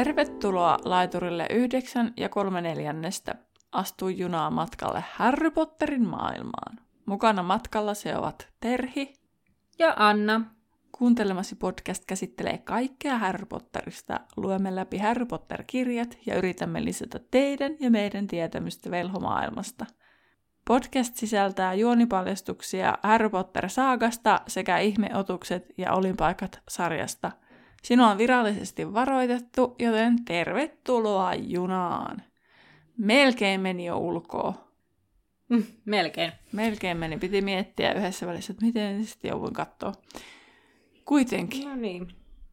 Tervetuloa laiturille 9 ja 3/4. Astu junaa matkalle Harry Potterin maailmaan. Mukana matkalla se ovat Terhi ja Anna. Kuuntelemasi podcast käsittelee kaikkea Harry Potterista. Luemme läpi Harry Potter-kirjat ja yritämme lisätä teidän ja meidän tietämystä velhomaailmasta. Podcast sisältää juonipaljastuksia Harry Potter-saagasta sekä ihmeotukset ja olinpaikat-sarjasta. Sinua on virallisesti varoitettu, joten tervetuloa junaan. Melkein meni jo ulkoa. Melkein. Melkein meni. Piti miettiä yhdessä välissä, että miten sitten jouduin katsoa. Kuitenkin. No niin.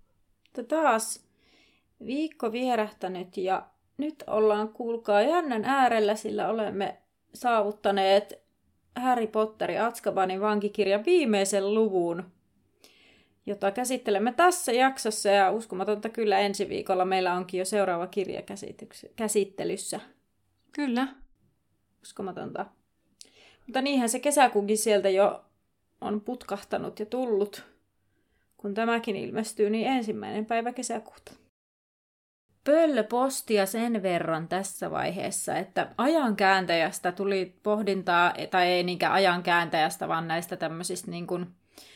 Taas viikko vierähtänyt ja nyt ollaan, kuulkaa, jännän äärellä, sillä olemme saavuttaneet Harry Potterin Azkabanin vankikirjan viimeisen luvun, jota käsittelemme tässä jaksossa, ja uskomatonta kyllä ensi viikolla meillä onkin jo seuraava kirja käsittelyssä. Kyllä. Uskomatonta. Mutta niinhän se kesäkuunkin sieltä jo on putkahtanut ja tullut, kun tämäkin ilmestyy, niin 1. päivä kesäkuuta. Pöllöpostia sen verran tässä vaiheessa, että ajankääntäjästä tuli pohdintaa, tai ei niinkään ajankääntäjästä, vaan näistä tämmöisistä niin kuin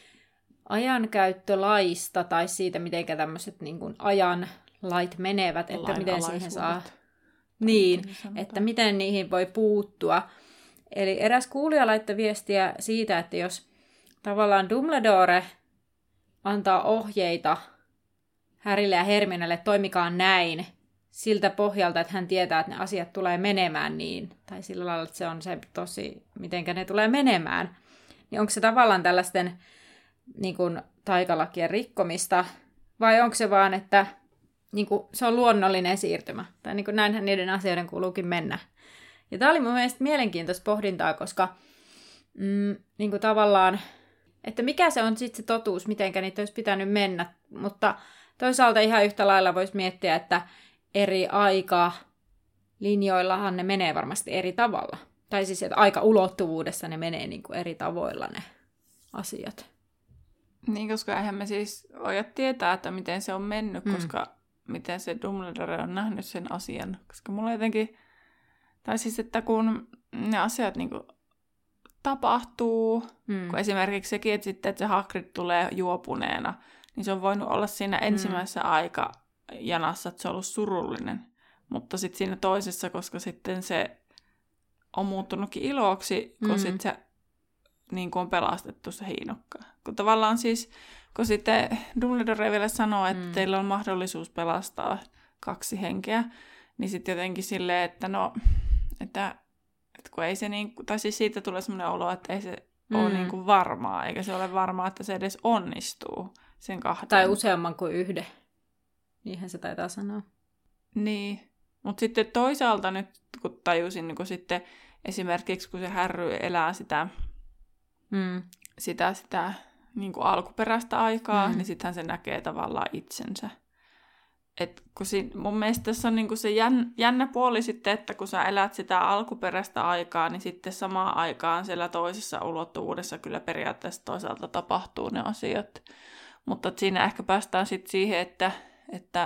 ajankäyttölaista tai siitä, miten tämmöiset niin kuin ajanlait menevät, että miten siihen saa, niin, että miten niihin voi puuttua. Eli eräs kuulija laittoi viestiä siitä, että jos tavallaan Dumbledore antaa ohjeita Harrylle ja Hermionelle, toimikaa näin, siltä pohjalta, että hän tietää, että ne asiat tulee menemään niin, tai sillä lailla, että se on se tosi, mitenkä ne tulee menemään, niin onko se tavallaan tällaisten niin kuin taikalakien rikkomista, vai onko se vaan, että niin kuin, se on luonnollinen siirtymä, tai niin kuin näinhän niiden asioiden kuuluukin mennä. Ja tämä oli mun mielestä mielenkiintoista pohdintaa, koska niin kuin tavallaan, että mikä se on sitten se totuus, mitenkä niitä olisi pitänyt mennä, mutta toisaalta ihan yhtä lailla voisi miettiä, että eri aikalinjoillahan ne menee varmasti eri tavalla. Tai siis, että aikaulottuvuudessa ne menee niin kuin eri tavoilla ne asiat. Niin, koska eihän me siis voida tietää, että miten se on mennyt, koska miten se Dumbledore on nähnyt sen asian. Koska mulla jotenkin, tai siis, että kun ne asiat niin kuin tapahtuu, kun esimerkiksi sekin, että, sitten, että se Hagrid tulee juopuneena, niin se on voinut olla siinä ensimmäisessä aikajanassa, että se on ollut surullinen. Mutta sitten siinä toisessa, koska sitten se on muuttunutkin iloksi, kun sitten se niin kuin on pelastettu se hiinokka. Kun tavallaan siis, kun sitten Dumbledore vielä sanoo, että teillä on mahdollisuus pelastaa 2 henkeä, niin sitten jotenkin silleen, että no, että kun ei se niin, tai siis siitä tulee semmoinen olo, että ei se ole niin kuin varmaa, eikä se ole varmaa, että se edes onnistuu sen 2. Tai useamman kuin 1. Niinhän se taitaa sanoa. Niin, mutta sitten toisaalta nyt, kun tajusin, niin kun sitten esimerkiksi kun se Harry elää sitä niin kuin alkuperäistä aikaa, niin sittenhän se näkee tavallaan itsensä. Et kun mun mielestä tässä on niin kuin se jännä puoli sitten, että kun sä elät sitä alkuperäistä aikaa, niin sitten samaan aikaan siellä toisessa ulottuvuudessa kyllä periaatteessa toisaalta tapahtuu ne asiat. Mutta siinä ehkä päästään sitten siihen, että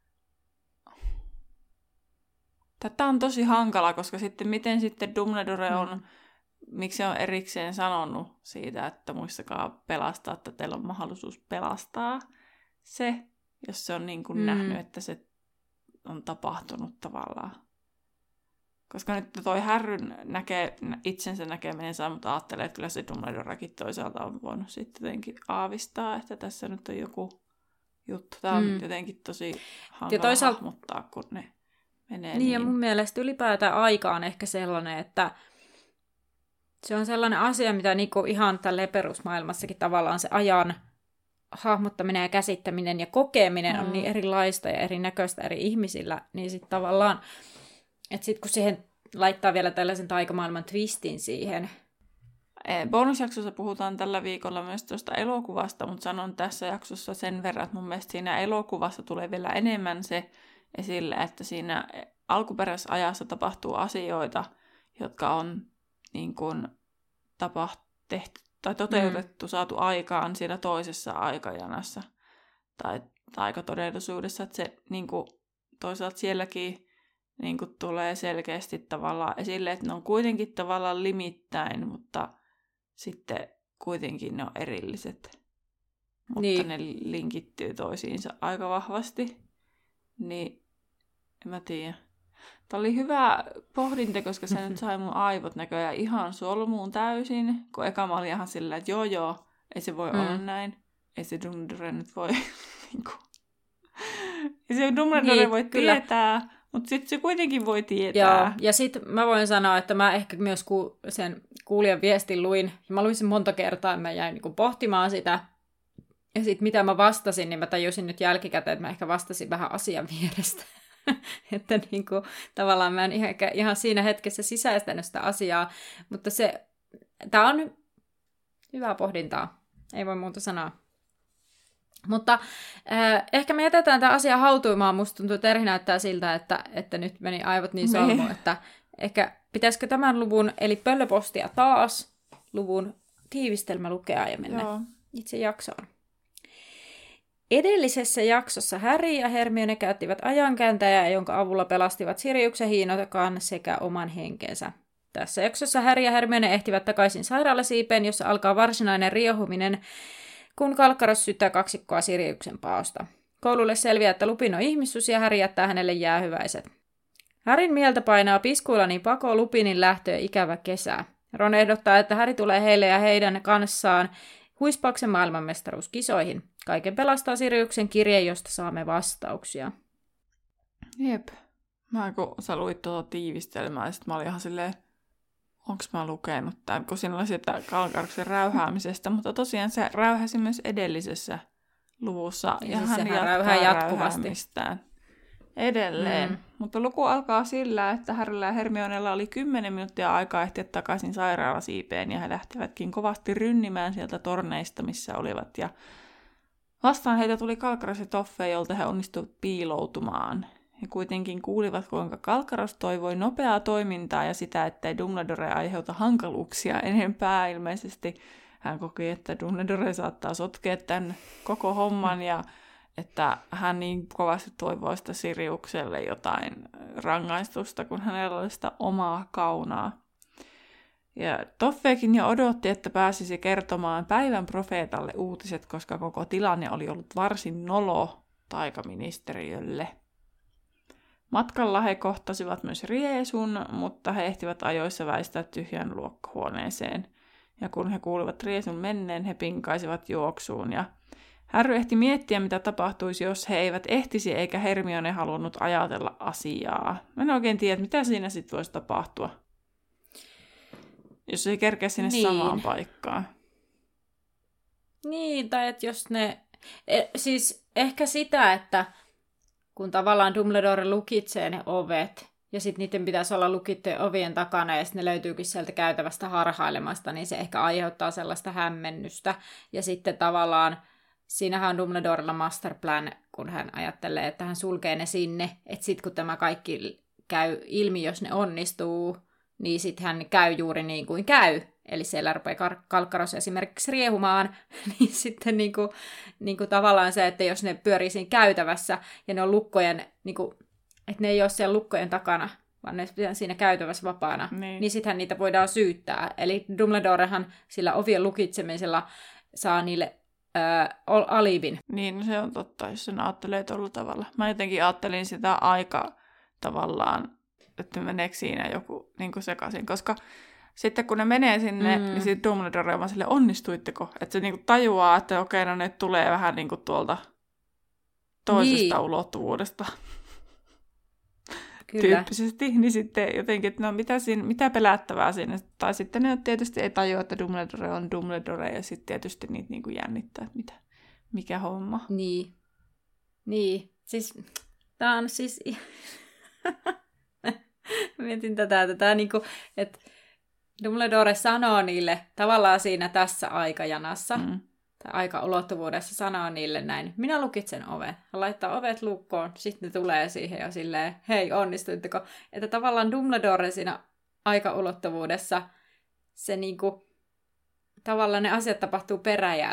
tätä on tosi hankala, koska sitten miten sitten Dumbledore on, miksi se on erikseen sanonut siitä, että muistakaa pelastaa, että teillä on mahdollisuus pelastaa se, jos se on niin kuin nähnyt, että se on tapahtunut tavallaan. Koska nyt toi Harryn itsensä näkemisensä, mutta ajattelee, että kyllä se Dumbledorekin toisaalta on voinut sitten jotenkin aavistaa, että tässä nyt on joku juttu. Tämä on jotenkin tosi hankala hahmottaa, kun ne menee niin. Ja mun mielestä ylipäätään aika on ehkä sellainen, että se on sellainen asia, mitä niinku ihan tälleen perusmaailmassakin tavallaan se ajan hahmottaminen ja käsittäminen ja kokeminen on niin erilaista ja erinäköistä eri ihmisillä, niin sitten tavallaan, että sitten kun siihen laittaa vielä tällaisen taikamaailman twistin siihen. Bonusjaksossa puhutaan tällä viikolla myös tuosta elokuvasta, mutta sanon tässä jaksossa sen verran, että mun mielestä siinä elokuvassa tulee vielä enemmän se esille, että siinä alkuperäisajassa tapahtuu asioita, jotka on niin kuin tehty tai toteutettu, saatu aikaan siinä toisessa aikajanassa tai aikatodellisuudessa, että se niin kuin toisaalta sielläkin niin kuin tulee selkeästi tavallaan esille, että ne on kuitenkin tavallaan limittäin, mutta sitten kuitenkin ne on erilliset. Mutta niin. ne linkittyy toisiinsa aika vahvasti. Niin, en mä tiedä. Tämä oli hyvä pohdinta, koska se nyt sai mun aivot näköjään ihan solmuun täysin. Kun eka mä olin ihan silleen, että joo, ei se voi olla näin. Ei se Dumbledore nyt voi... ei se Dumbledore niin, voi tietää, mutta sitten se kuitenkin voi tietää. Joo, ja sitten mä voin sanoa, että mä ehkä myös sen kuulijan viestin luin. Ja mä luin sen monta kertaa, ja mä jäin niinku pohtimaan sitä. Ja sitten mitä mä vastasin, niin mä tajusin nyt jälkikäteen, että mä ehkä vastasin vähän asian vierestä. Että niinku, tavallaan mä en ihan siinä hetkessä sisäistänyt sitä asiaa. Mutta tää on hyvää pohdintaa. Ei voi muuta sanoa. Mutta ehkä me jätetään tämä asia hautuimaan. Musta tuntuu, että Terhi näyttää siltä, että nyt meni aivot niin solmuun, että ehkä pitäisikö tämän luvun, eli pöllöpostia taas, luvun tiivistelmä lukea ja mennä itse jaksoon. Edellisessä jaksossa Harry ja Hermione käyttivät ajankääntäjää, jonka avulla pelastivat Siriuksen Hiinotakan sekä oman henkensä. Tässä jaksossa Harry ja Hermione ehtivät takaisin sairaalasiipeen, jossa alkaa varsinainen riehuuminen, kun Kalkkaros syyttää kaksikkoa Siriuksen paosta. Koululle selviää, että Lupin on ihmissusi ja Harry jättää hänelle jäähyväiset. Harryn mieltä painaa piskuilla niin pako Lupinin lähtö ja ikävä kesä. Ron ehdottaa, että Harry tulee heille ja heidän kanssaan huispauksen maailmanmestaruuskisoihin. Kaiken pelastaa Siriuksen kirje, josta saamme vastauksia. Jep. Kun sä luit tuota tiivistelmää, ja sitten mä olin ihan silleen, onks mä lukenut tämän, kun siinä oli sitä Kalkkaroksen räyhäämisestä, mutta tosiaan se räyhäsi myös edellisessä luvussa, ja siis hän jatkaa räyhäämistään edelleen. Mutta luku alkaa sillä, että Harryllä ja Hermionella oli 10 minuuttia aikaa ehtiä takaisin sairaalasiipeen, ja he lähtivätkin kovasti rynnimään sieltä torneista, missä olivat, ja vastaan heitä tuli Kalkkaros ja Toffee, jolta he onnistuivat piiloutumaan. He kuitenkin kuulivat, kuinka Kalkkaros toivoi nopeaa toimintaa ja sitä, ettei Dumbledore aiheuta hankaluuksia enempää. Ilmeisesti hän koki, että Dumbledore saattaa sotkea tämän koko homman ja että hän niin kovasti toivoi sitä Siriukselle jotain rangaistusta, kun hänellä oli sitä omaa kaunaa. Ja Toffeekin jo odotti, että pääsisi kertomaan päivän profeetalle uutiset, koska koko tilanne oli ollut varsin nolo taikaministeriölle. Matkalla he kohtasivat myös Riesun, mutta he ehtivät ajoissa väistää tyhjän luokkahuoneeseen. Ja kun he kuulivat Riesun menneen, he pinkaisivat juoksuun. Ja Harry ehti miettiä, mitä tapahtuisi, jos he eivät ehtisi, eikä Hermione halunnut ajatella asiaa. Mä en oikein tiedä, mitä siinä sitten voisi tapahtua, jos ei kerkeä sinne samaan paikkaan. Niin, tai että jos ne... Siis ehkä sitä, että kun tavallaan Dumbledore lukitsee ne ovet, ja sitten niiden pitäisi olla lukittujen ovien takana, ja sitten ne löytyykin sieltä käytävästä harhailemasta, niin se ehkä aiheuttaa sellaista hämmennystä. Ja sitten tavallaan, siinähän on Dumbledorella masterplan, kun hän ajattelee, että hän sulkee ne sinne, että sitten kun tämä kaikki käy ilmi, jos ne onnistuu, niin sitten hän käy juuri niin kuin käy. Eli siellä rupeaa Kalkkaros esimerkiksi riehumaan, niin sitten niinku tavallaan se, että jos ne pyörii siinä käytävässä ja ne on lukkojen, niinku, että ne ei ole siellä lukkojen takana, vaan ne on siinä käytävässä vapaana, niin sittenhän niitä voidaan syyttää. Eli Dumbledorehan sillä ovien lukitsemisella saa niille alibin. Niin, se on totta, jos sen ajattelee tuolla tavalla. Mä jotenkin ajattelin sitä aika tavallaan, että meneekö siinä joku niin kuin sekaisin, koska sitten kun ne menee sinne, niin sitten Dumbledore on sille, onnistuitteko? Että se niinku tajuaa, että okei, no ne tulee vähän niinku tuolta toisesta ulottuvuudesta. Kyllä. Tyyppisesti. Niin sitten jotenkin, että no mitä pelättävää siinä. Tai sitten ne tietysti ei tajua, että Dumbledore on Dumbledore, ja sitten tietysti niitä niinku jännittää, että mikä homma. Niin. Siis, tää on siis... Mietin tätä niinku, että Dumbledore sanoo niille tavallaan siinä tässä aikajanassa, tai aikaulottuvuudessa sanoo niille näin, minä lukitsen oven. Hän laittaa ovet lukkoon, sitten ne tulee siihen ja silleen, hei, onnistuitteko? Että tavallaan Dumbledore siinä aikaulottuvuudessa, se niinku, tavallaan ne asiat tapahtuu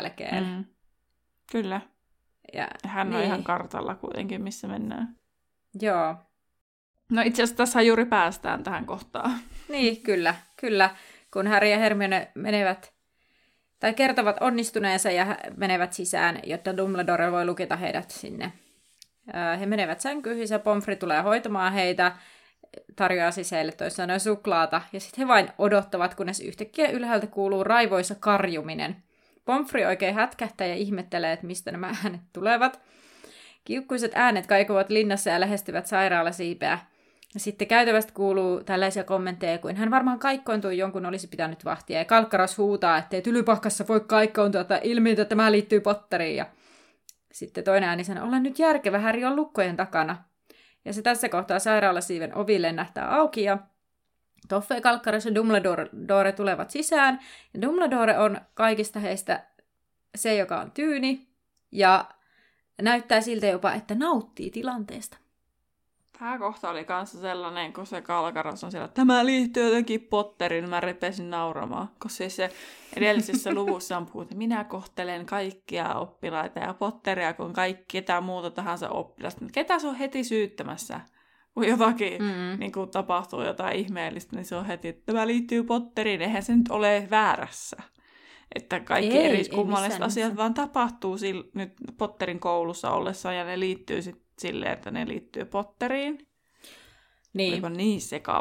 peräjälkeen. Kyllä. Ja hän on ihan kartalla kuitenkin, missä mennään. Joo. No itse asiassa tässä juuri päästään tähän kohtaan. Niin, kyllä. Kun Harry ja Hermione menevät, tai kertovat onnistuneensa ja menevät sisään, jotta Dumbledore voi lukita heidät sinne. He menevät sänkyihin ja Pomfrey tulee hoitamaan heitä, tarjoaa siis heille toisaalta suklaata, ja sitten he vain odottavat, kunnes yhtäkkiä ylhäältä kuuluu raivoisa karjuminen. Pomfrey oikein hätkähtää ja ihmettelee, että mistä nämä äänet tulevat. Kiukkuiset äänet kaikuvat linnassa ja lähestyvät sairaalasiipeä. Sitten käytävästä kuuluu tällaisia kommentteja, kuin hän varmaan kaikkointuu, jonkun olisi pitänyt vahtia, ja Kalkkaros huutaa, ettei Tylypahkassa voi kaikkoontua, tai ilmiötä tämä liittyy Potteriin. Ja sitten toinen ääni sanoo, olen nyt järkevä, Harry on lukkojen takana. Ja se tässä kohtaa sairaalasiiven ovi lennähtää auki, ja Toffee, Kalkkaros ja Dumbledore tulevat sisään. Ja Dumbledore on kaikista heistä se, joka on tyyni, ja näyttää siltä jopa, että nauttii tilanteesta. Tämä kohta oli kanssa sellainen, kun se Kalkkaros on siellä, että tämä liittyy jotenkin Potteriin, mä repesin nauramaan. Koska siis se edellisessä luvussa on puhuttu, että minä kohtelen kaikkia oppilaita ja Potteria kuin ketään muuta tahansa oppilasta. Ketä se on heti syyttämässä? Kun jotakin niin kun tapahtuu jotain ihmeellistä, niin se on heti, että tämä liittyy Potteriin. Eihän se nyt ole väärässä. Että kaikki eriskummalliset asiat vaan tapahtuu nyt Potterin koulussa ollessaan ja ne liittyy sitten silleen, että ne liittyy Potteriin. Niin. Oliko niin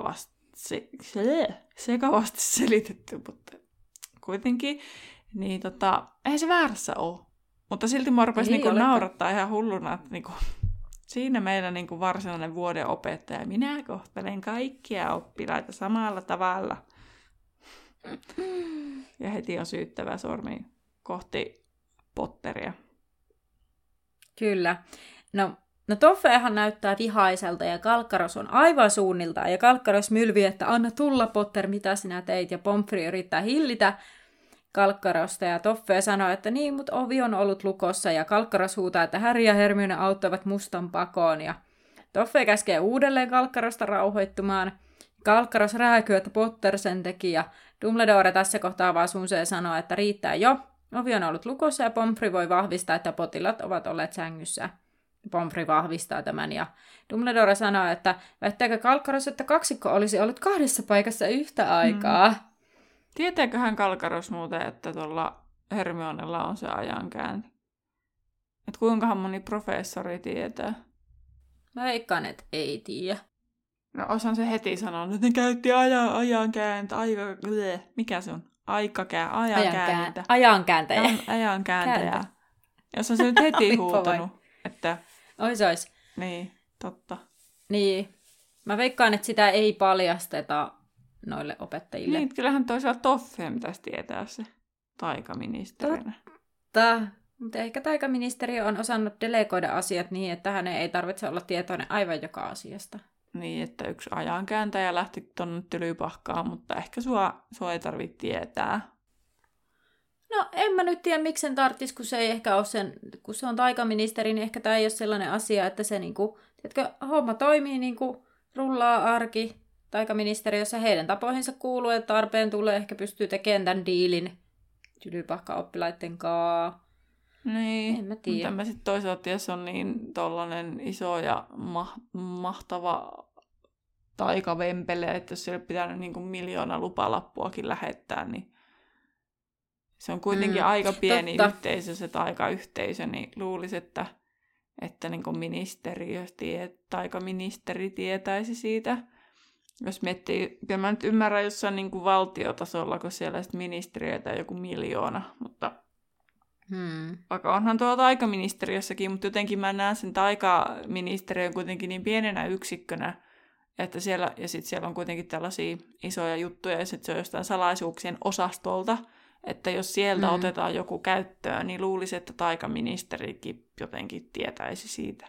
sekavasti selitetty, mutta kuitenkin. Niin eihän se väärässä ole. Mutta silti mä rupesin niinku naurattaa ihan hulluna, että niinku, siinä meillä niinku varsinainen vuoden opettaja. Minä kohtelen kaikkia oppilaita samalla tavalla. Ja heti on syyttävä sormi kohti Potteria. Kyllä. No Toffeehan näyttää vihaiselta ja Kalkkaros on aivan suunniltaan. Ja Kalkkaros mylvii, että anna tulla Potter, mitä sinä teit. Ja Pomfrey yrittää hillitä Kalkkarosta ja Toffee sanoo, että niin, mutta ovi on ollut lukossa. Ja Kalkkaros huutaa, että Harry ja Hermione auttavat mustan pakoon. Ja Toffee käskee uudelleen Kalkkarosta rauhoittumaan. Kalkkaros rääkyy, että Potter sen teki. Ja Dumbledore tässä kohtaa vaan suunsee ja sanoo, että riittää jo. Ovi on ollut lukossa ja Pomfrey voi vahvistaa, että potilaat ovat olleet sängyssä. Pomfrey vahvistaa tämän ja Dumbledore sanoo, että väittääkö Kalkkaros, että kaksikko olisi ollut kahdessa paikassa yhtä aikaa. Tietääköhän Kalkkaros muuten, että tuolla Hermionella on se ajankäänti? Että kuinkahan moni professori tietää? Mä veikkaan, että ei tiedä. No osaan se heti sanoa, että ne käytti ajankääntä, mikä se on? Ajankääntä. Ajankääntäjä. Jos on se nyt heti huutanut, että... Ois. Niin, totta. Niin. Mä veikkaan, että sitä ei paljasteta noille opettajille. Niin, kyllähän toisaalta Toffeen pitäisi tietää se taikaministerinä. Totta. Mutta ehkä taikaministeriö on osannut delegoida asiat niin, että hänen ei tarvitse olla tietoinen aivan joka asiasta. Niin, että yksi ajankääntäjä lähti tuonne Tylypahkaan, mutta ehkä sua ei tarvitse tietää. No, en mä nyt tiedä, miksi sen tarvitsisi, kun se ei ehkä ole kun se on taikaministeri, niin ehkä tämä ei ole sellainen asia, että se niinku, tiedätkö, homma toimii niinku, rullaa arki taikaministeriössä, heidän tapoihinsa kuuluu, että tarpeen tulee, ehkä pystyy tekemään tämän diilin Tylypahka-oppilaitten kanssa. Niin, en mä tiedä. Mutta sitten toisaalta, jos on niin tollainen iso ja mahtava taikavempele, että jos siellä pitää niin kuin 1 miljoona lupalappuakin lähettää, niin se on kuitenkin aika pieni yhteisö, se taikayhteisö, niin luulisi, että niin kuin taikaministeri tietäisi siitä. Jos miettii, kyllä mä nyt ymmärrän jossain niin kuin valtiotasolla, kun siellä sitten ministeriöitä on joku 1 miljoona, mutta vaikka onhan tuolla taikaministeriössäkin, mutta jotenkin mä näen sen taikaministeriön kuitenkin niin pienenä yksikkönä, että siellä, ja sitten siellä on kuitenkin tällaisia isoja juttuja, ja sitten se on jostain salaisuuksien osastolta, että jos sieltä otetaan joku käyttöön, niin luulisi, että taikaministerikin jotenkin tietäisi siitä.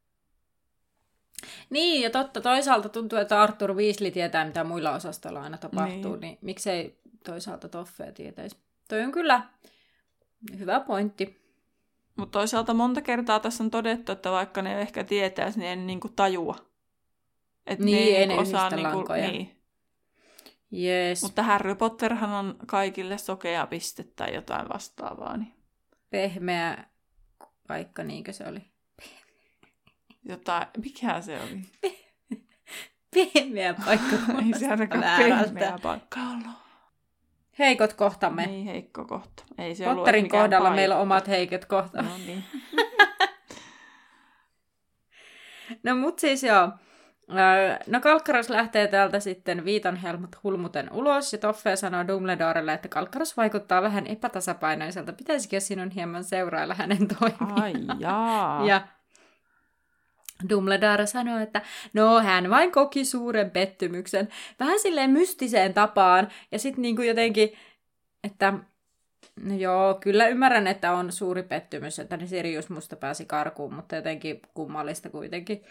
Niin, ja totta. Toisaalta tuntuu, että Arthur Weasley tietää, mitä muilla osastoilla aina tapahtuu, niin miksei toisaalta Toffee tietäisi. Toi on kyllä hyvä pointti. Mutta toisaalta monta kertaa tässä on todettu, että vaikka ne ehkä tietäisi, niin en niinku tajua. Että niin, ei ne osaa lankoja. Niin. Yes. Mutta Harry Potterhan on kaikille sokea piste tai jotain vastaavaa. Niin. Pehmeä paikka, niinkö se oli? Mikä se oli? Pehmeä paikka. Ei se ainakaan pehmeä paikka ollut. Heikot kohtamme. Niin, heikko kohta. Ei se Potterin kohdalla paikka. Meillä on omat heikot kohtamme. No niin. No mut siis joo. No Kalkkaros lähtee täältä sitten Viitanhelmut hulmuten ulos ja Toffee sanoo Dumbledorelle, että Kalkkaros vaikuttaa vähän epätasapainoiselta. Pitäisikö sinun hieman seurailla hänen toimiaan? Ai jaa. Ja Dumbledore sanoo, että no hän vain koki suuren pettymyksen. Vähän silleen mystiseen tapaan. Ja sitten niinku jotenkin, että no joo, kyllä ymmärrän, että on suuri pettymys, että Sirius musta pääsi karkuun, mutta jotenkin kummallista kuitenkin.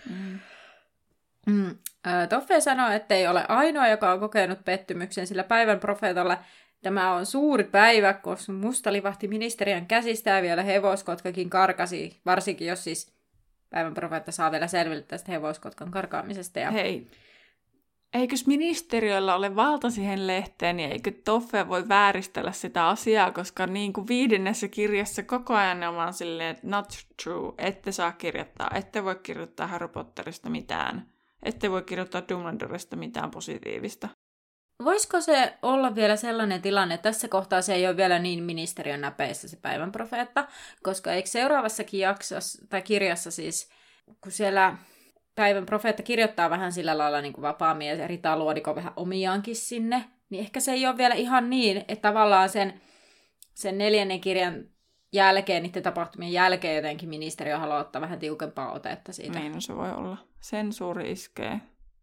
Toffee sanoo, että ei ole ainoa, joka on kokenut pettymyksen, sillä päivän profeetalle tämä on suuri päivä, koska musta livahti ministeriön käsistä ja vielä hevoskotkakin karkasi, varsinkin jos siis päivän profeetta saa vielä selville tästä hevoskotkan karkaamisesta. Ja hei, eikös ministeriöllä ole valta siihen lehteen, niin eikö Toffee voi vääristellä sitä asiaa, koska niin kuin 5. kirjassa koko ajan on vaan silleen, not true, ette saa kirjoittaa, ette voi kirjoittaa Harry Potterista mitään, ette voi kirjoittaa Dumbledoresta mitään positiivista. Voisiko se olla vielä sellainen tilanne, että tässä kohtaa se ei ole vielä niin ministeriön näpeissä se päivän profeetta, koska eikö seuraavassakin jaksossa, tai kirjassa siis, kun siellä päivän profeetta kirjoittaa vähän sillä lailla niin kuin vapaamies ja Rita Luodiko vähän omiaankin sinne, niin ehkä se ei ole vielä ihan niin, että tavallaan sen 4. kirjan jälkeen, niiden tapahtumien jälkeen jotenkin ministeriö haluaa ottaa vähän tiukempaa otetta siitä. Niin, no se voi olla. Sensuuri iskee.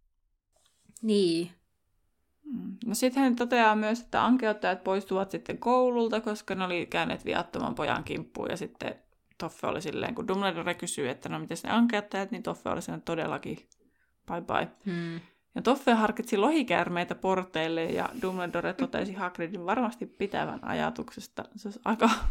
Niin. No sitten hän toteaa myös, että ankeuttajat poistuvat sitten koululta, koska ne oli käyneet viattoman pojan kimppuun. Ja sitten Toffee oli silleen, kun Dumbledore kysyy, että no miten ne ankeuttajat, niin Toffee oli sen todellakin bye bye. Ja Toffee harkitsi lohikäärmeitä porteille ja Dumbledore totesi Hagridin varmasti pitävän ajatuksesta. Se olisi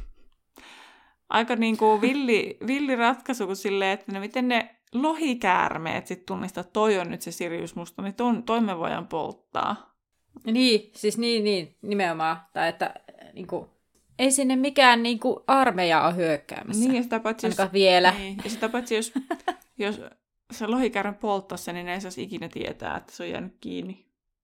aika niin kuin villi ratkaisu, kun silleen, että no miten ne lohikäärmeet sitten tunnistaa, että toi on nyt se Sirius musta, niin toi me voidaan polttaa. Niin, siis niin, nimenomaan. Tai että niinku, ei sinne mikään niinku armeija ole hyökkäämässä. Niin, ja sitä paitsi vielä. Niin, ja sitä paitsi jos se lohikäärme polttaisi sen, niin ei saisi ikinä tietää, että se on jäänyt kiinni.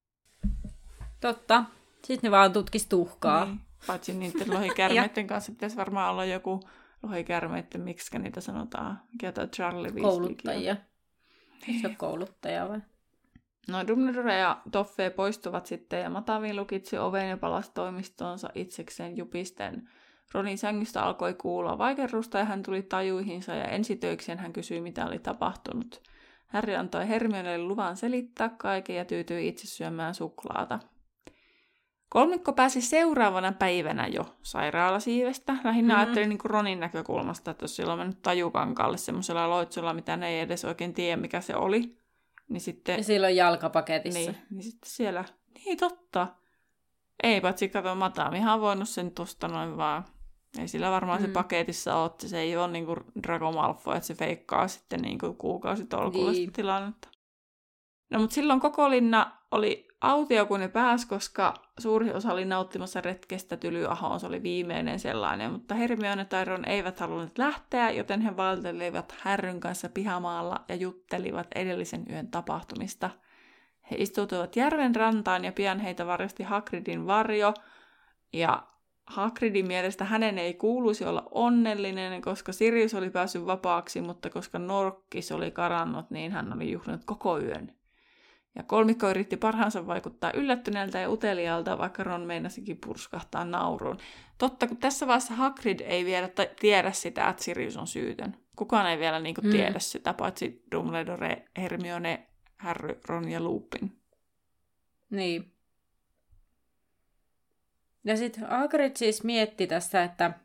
Totta. Sitten ne vaan tutkisi tuhkaa. Niin, paitsi niiden lohikäärmeiden kanssa pitäisi varmaan olla joku lohikäärmeiden, miksi niitä sanotaan. Mikä tämä Charlie Weasley? Kouluttajia. Se on kouluttaja vai? No Dumbledore ja Toffee poistuvat sitten ja Matavi lukitsi oven ja palasi toimistoonsa itsekseen jupisten. Ronin sängystä alkoi kuulla vaikerrusta ja hän tuli tajuihinsa ja ensitöikseen hän kysyi, mitä oli tapahtunut. Harry antoi Hermionelle luvan selittää kaiken ja tyytyi itse syömään suklaata. Kolmikko pääsi seuraavana päivänä jo sairaalasiivestä. Lähinnä ajattelin niin kuin Ronin näkökulmasta, että jos sillä on mennyt tajukankaalle semmoisella loitsulla, mitä ne ei edes oikein tiedä, mikä se oli. Niin sitten, ja silloin jalkapaketissa. Niin sitten siellä, niin totta. Ei paitsi kato, Matamihan on voinut sen tosta noin vaan. Ei sillä varmaan se paketissa ole, se ei ole niin kuin Draco Malfoy, että se feikkaa sitten niin kuin kuukausitolkulla niin tilannetta. No mutta silloin koko linna oli autio, kun ne pääsi, koska suuri osa oli nauttimassa retkestä Tylyahoon, se oli viimeinen sellainen, mutta Hermione ja Ron eivät halunneet lähteä, joten he valtelivat Harryn kanssa pihamaalla ja juttelivat edellisen yön tapahtumista. He istuutuivat järven rantaan ja pian heitä varjosti Hagridin varjo, ja Hagridin mielestä hänen ei kuuluisi olla onnellinen, koska Sirius oli päässyt vapaaksi, mutta koska Norkkis oli karannut, niin hän oli juhlinut koko yön. Ja kolmikko yritti parhaansa vaikuttaa yllättyneeltä ja uteliaalta, vaikka Ron meinasikin purskahtaa nauruun. Totta, kun tässä vaiheessa Hagrid ei vielä tiedä sitä, että Sirius on syytön. Kukaan ei vielä niin kuin tiedä sitä, paitsi Dumbledore, Hermione, Harry, Ron ja Lupin. Niin. Ja sitten Hagrid siis mietti tässä,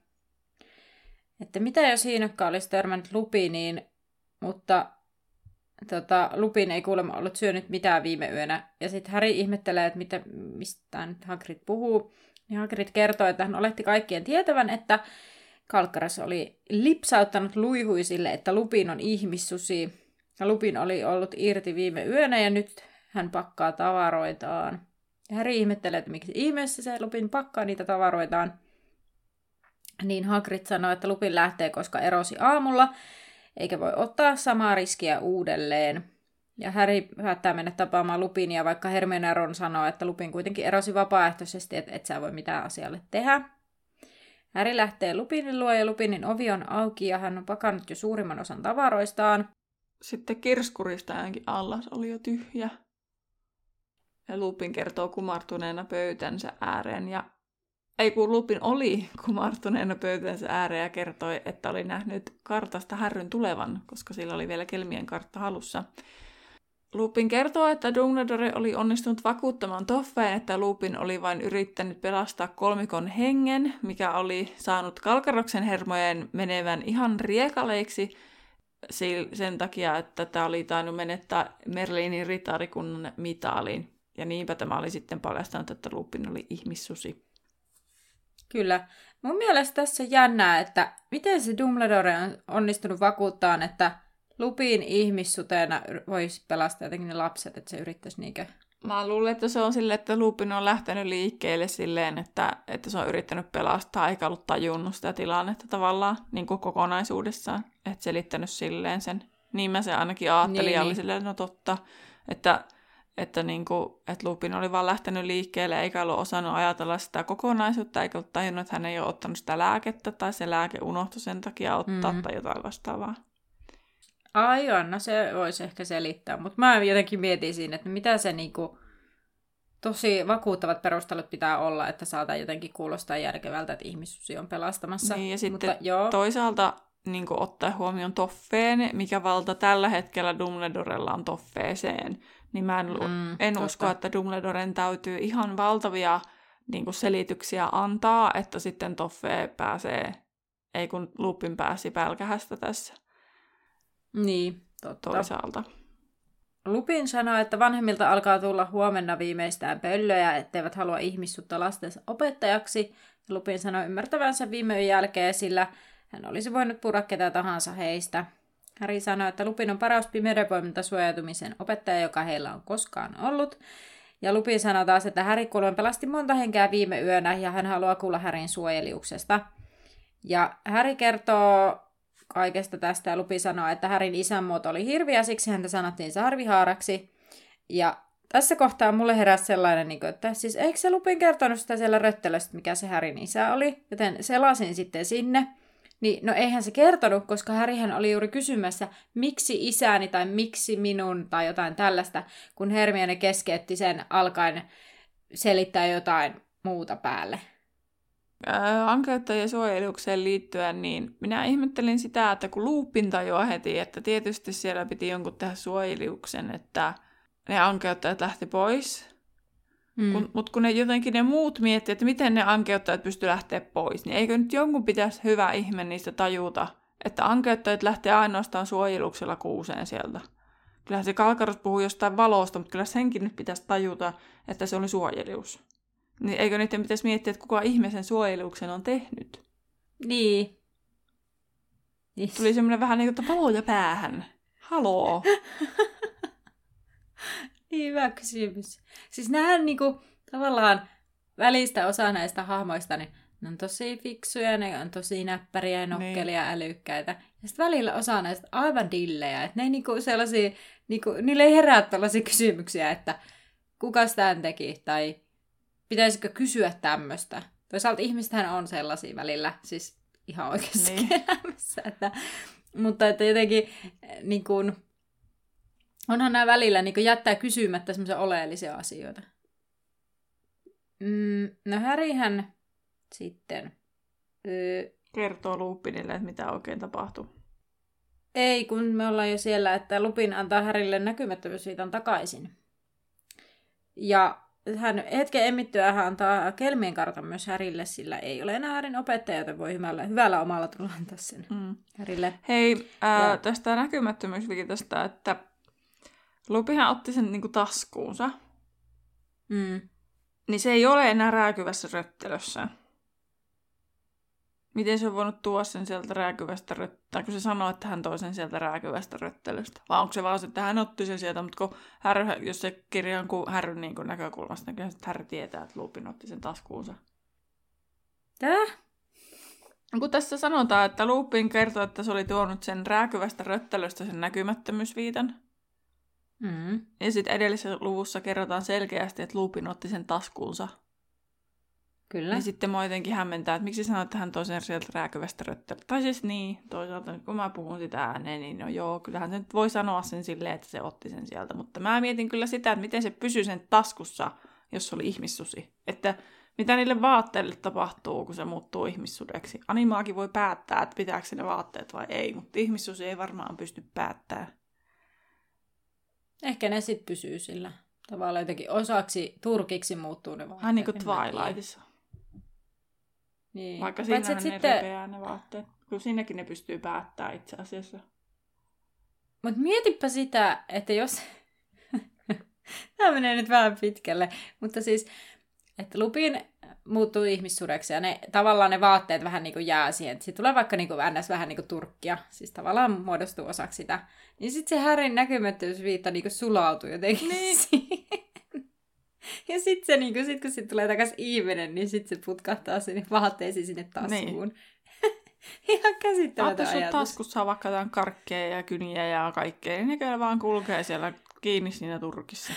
että mitä jos Hiinakka olisi törmännyt Lupiniin, mutta Lupin ei kuulemma ollut syönyt mitään viime yönä. Ja sitten Harry ihmettelee, että mistä nyt Hagrid puhuu. Ja Hagrid kertoo, että hän oletti kaikkien tietävän, että Kalkkaros oli lipsauttanut luihuisille, että Lupin on ihmissusi. Ja Lupin oli ollut irti viime yönä ja nyt hän pakkaa tavaroitaan. Ja Harry ihmettelee, että miksi ihmeessä se Lupin pakkaa niitä tavaroitaan. Niin Hagrid sanoi, että Lupin lähtee, koska erosi aamulla. eikä voi ottaa samaa riskiä uudelleen. Ja Harry päättää mennä tapaamaan Lupinia, vaikka Hermione ja Ron sanoo, että Lupin kuitenkin erosi vapaaehtoisesti, että et sä voi mitään asialle tehdä. Harry lähtee Lupinin luo ja Lupinin ovi on auki ja hän on pakannut jo suurimman osan tavaroistaan. Sitten kirskuristajankin allas oli jo tyhjä. Ja Lupin kertoo kumartuneena pöytänsä ääreen. Ei kun Lupin oli kumartuneena pöytänsä ääreen ja kertoi, että oli nähnyt kartasta Harryn tulevan, koska sillä oli vielä Kelmien kartta halussa. Lupin kertoo, että Dumbledore oli onnistunut vakuuttamaan Toffeen, että Lupin oli vain yrittänyt pelastaa kolmikon hengen, mikä oli saanut Kalkaroksen hermojen menevän ihan riekaleiksi sen takia, että tämä oli tainnut menettää Merlinin ritarikunnan mitalin. Ja niinpä tämä oli sitten paljastanut, että Lupin oli ihmissusi. Kyllä. Mun mielestä tässä on jännää, että miten se Dumbledore on onnistunut vakuuttaa, että Lupin ihmissuteena voisi pelastaa jotenkin ne lapset, että se yrittäisi niinkö. Mä luulen, että se on silleen, että Lupin on lähtenyt liikkeelle silleen, että se on yrittänyt pelastaa, eikä ollut tajunnut sitä tilannetta tavallaan niin kuin kokonaisuudessaan. Että selittänyt silleen sen. Niin mä se ainakin ajattelin ja oli silleen, no totta, että Lupin oli vaan lähtenyt liikkeelle, eikä ollut osannut ajatella sitä kokonaisuutta, eikä ollut tajunnut, että hän ei ole ottanut sitä lääkettä, tai se lääke unohtui sen takia ottaa, tai jotain vastaavaa. Aivan, no se voisi ehkä selittää, mutta mä jotenkin mietin siinä, että mitä se niinku tosi vakuuttavat perustelut pitää olla, että saadaan jotenkin kuulostaa järkevältä, että ihmissusi on pelastamassa. Niin, ja sitten toisaalta niin ottaa huomioon Toffeen, mikä valta tällä hetkellä Dumbledorella on Toffeeseen, niin mä en usko, että Dumbledoren täytyy ihan valtavia niin selityksiä antaa, että sitten Toffee pääsee, ei kun Lupin pääsi pälkähästä tässä. Niin, totta. Toisaalta. Lupin sanoi, että vanhemmilta alkaa tulla huomenna viimeistään pöllöjä, etteivät halua ihmissuutta lastensa opettajaksi. Lupin sanoi ymmärtävänsä viime yön jälkeen, sillä hän olisi voinut purra ketä tahansa heistä. Harry sanoi, että Lupin on paras pimeydenvoimilta suojautumisen opettaja, joka heillä on koskaan ollut. Ja Lupin sanoi taas, että Harry kuulemma pelasti monta henkeä viime yönä ja hän haluaa kuulla Harryn suojeliuksesta. Ja Harry kertoo kaikesta tästä ja Lupin sanoo, että Harryn isän muoto oli hirviö, siksi häntä sanottiin Sarvihaaraksi. Ja tässä kohtaa mulle heräsi sellainen, että siis eikö se Lupin kertonut sitä siellä röttelöstä, mikä se Harryn isä oli, joten selasin sitten sinne. Niin, no eihän se kertonut, koska Harryhän oli juuri kysymässä, miksi isäni tai miksi minun tai jotain tällaista, kun Hermione keskeytti sen alkaen selittää jotain muuta päälle. Ankeuttajien suojelukseen liittyen, niin minä ihmettelin sitä, että kun Lupin tajuaa heti, että tietysti siellä piti jonkun tehdä suojeluksen, että ne ankeuttajat lähti pois. Mutta kun ne muut miettii, että miten ne ankeuttajat pysty lähteä pois, niin eikö nyt jonkun pitäisi hyvä ihme niistä tajuta, että ankeuttajat lähtee ainoastaan suojeluksella kuuseen sieltä. Kyllähän se Kalkaros puhuu jostain valosta, mutta kyllä senkin nyt pitäisi tajuta, että se oli suojelus. Niin eikö niiden pitäisi miettiä, että kuka ihmisen suojeluksen on tehnyt? Niin. Tuli semmoinen vähän niin kuin valoja päähän. Haloo. Niin hyvä kysymys. Siis nähdään niinku tavallaan välistä osa näistä hahmoista, niin ne on tosi fiksuja, ne on tosi näppäriä, nokkelia, älykkäitä. Ja sitten välillä osa näistä aivan dillejä. Että ne ei niinku sellaisia, niille ei herää tällaisia kysymyksiä, että kuka sitä teki, tai pitäisikö kysyä tämmöistä. Toisaalta ihmistähän on sellaisia välillä, siis ihan oikeassa elämässä. Mutta että jotenkin niin kuin, onhan nämä välillä niin kuin jättää kysymättä semmoisia oleellisia asioita. No Harryhän sitten kertoo Lupinille, että mitä oikein tapahtuu. Ei, kun me ollaan jo siellä, että Lupin antaa Harrylle näkymättömyysviitan takaisin. Ja hän hetken emittyä hän antaa Kelmien kartan myös Harrylle, sillä ei ole enää Harryn opettaja, joten voi hyvällä omalla tulla antaa sen Harrylle. Hei, tästä näkymättömyysviitasta, että Lupinhan otti sen niinku taskuunsa. Niin se ei ole enää rääkyvässä röttelössä. Miten se on voinut tuoda sen sieltä rääkyvästä röttelöstä? Kun se sanoo, että hän toi sen sieltä rääkyvästä röttelöstä? Vai onko se vaan se, että hän otti sen sieltä, mutta kun Harry, jos se kirja on Harryn niin näkökulmasta, niin kyllä Harry tietää, että Lupin otti sen taskuunsa. Tää? Kun tässä sanotaan, että Lupin kertoo, että se oli tuonut sen rääkyvästä röttelöstä sen näkymättömyysviitan. Mm. Ja sitten edellisessä luvussa kerrotaan selkeästi, että Lupin otti sen taskuunsa. Kyllä. Ja sitten mua jotenkin hämmentää, että miksi sanoit, että hän toi sen sieltä rääkyvästä röttelöstä. Tai siis niin, toisaalta kun mä puhun sitä ääneen, niin no joo, kyllähän se nyt voi sanoa sen silleen, että se otti sen sieltä. Mutta mä mietin kyllä sitä, että miten se pysyy sen taskussa, jos se oli ihmissusi. Että mitä niille vaatteille tapahtuu, kun se muuttuu ihmissudeksi. Animaakin voi päättää, että pitääkö ne vaatteet vai ei, mutta ihmissusi ei varmaan pysty päättämään. Ehkä ne sitten pysyy sillä tavalla jotenkin osaksi turkiksi muuttuu ne vaatteet. Hän niin kuin Twilightissa. Niin. Vaikka siinähän ne sitten repeää ne vaatteet. Kun siinäkin ne pystyy päättämään itse asiassa. Mutta mietipä sitä, että jos... Tämä menee nyt vähän pitkälle. Mutta siis, että Lupin muuttuu ihmissudeksi ja tavallaan ne vaatteet vähän niin kuin jää siihen. Sitten tulee vaikka niin kuin ns. Vähän niin kuin turkkia. Siis tavallaan muodostuu osaksi sitä. Niin sitten se Harryn näkymättömyysviitta niin kuin sulautuu jotenkin siihen. Ja sitten se, niin kun se tulee takaisin ihminen, niin sitten se putkahtaa sinne vaatteisiin sinne taskuun. Niin. Ihan käsittämätön ajatus. Sun taskussa on vaikka jotain karkkeja ja kyniä ja kaikkea, niin ne kyllä vaan kulkee siellä kiinni siinä turkissa.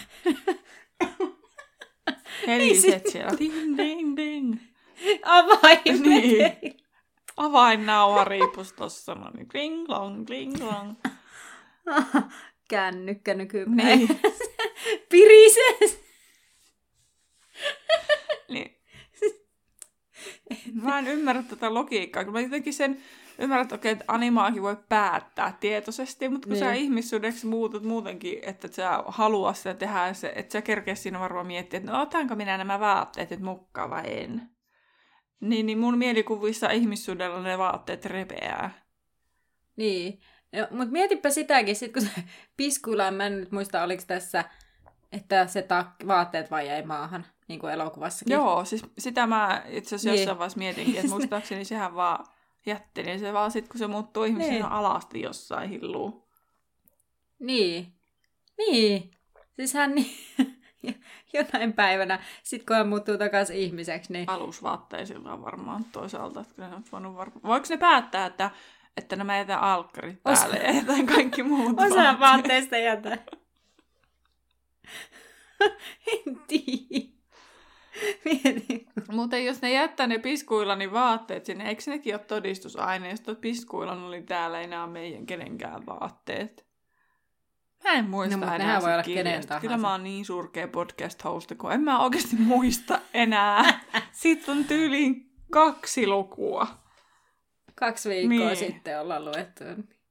Heliset siellä. Ding, ding, ding. Avaimet. Niin. Avainnauha riipus tossa. No niin, kling long, kling long. Kännykkä nykypäin. Niin. Pirises. Niin. Mä en ymmärrä tätä logiikkaa, kun mä jotenkin sen ymmärrän, että okei, että animaakin voi päättää tietoisesti, mutta kun sä ihmissuudeksi muutut muutenkin, että sä haluaa sitä tehdä, että sä kerkeä siinä varmaan miettiä, että no otanko minä nämä vaatteet nyt mukaan vai en. Niin mun mielikuvissa ihmissuudella ne vaatteet repeää. Niin, no, mutta mietipä sitäkin, sit kun se piskuilla, mä en nyt muista, oliko tässä, että se vaatteet vai jäi maahan. Niin kuin elokuvassakin. Joo, siis sitä mä itse asiassa jossain vaiheessa mietinkin, että muistaakseni sehän vaan jätti, niin se vaan sitten kun se muuttuu ihmisen niin. Alasti jossain hilluu. Niin. Siis hän jonain päivänä, sit kun hän muuttuu takaisin ihmiseksi, niin... Alusvaatteisilla on varmaan toisaalta, että kyllä ne on voinut voiko ne päättää, että nämä jätän alkkarit päälle ja jätän kaikki muut Osa vaatteista jätän. En tiedä. Muuten jos ne jättää ne piskuillani vaatteet sinne, eikö nekin ole todistusaineisto, että piskuillan oli täällä enää meidän kenenkään vaatteet? Mä en muista enää voi olla kirjasta. Kyllä mä oon niin surkea podcast-hosti, kun en mä oikeasti muista enää. Sitten on tyyliin 2 lukua. 2 viikkoa sitten ollaan luettu.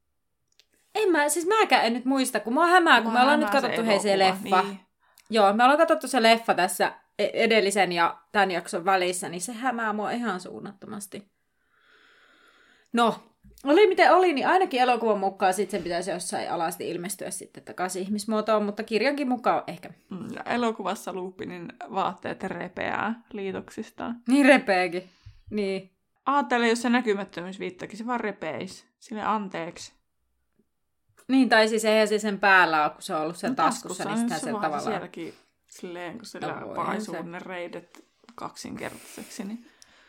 Mäkään en nyt muista, kun mua hämää, kun me ollaan nyt katsottu se leffa. Niin. Joo, me ollaan katsottu se leffa tässä edellisen ja tämän jakson välissä, niin se hämää mua ihan suunnattomasti. No, oli miten oli, niin ainakin elokuvan mukaan sitten sen pitäisi jossain alasti ilmestyä sitten takaisin ihmismuotoon, mutta kirjankin mukaan ehkä. Ja elokuvassa Lupinin vaatteet repeää liitoksistaan. Niin repeäkin, niin. Ajattele, jos se näkymättömyysviittakin, se vaan repeisi. Sille anteeksi. Niin, tai siis eihän se sen päällä ole, kun se on ollut sen taskussa, niin sitä sen tavallaan... Sielläkin silleen, kun sillä paisuu ne reidet kaksinkertaiseksi, niin...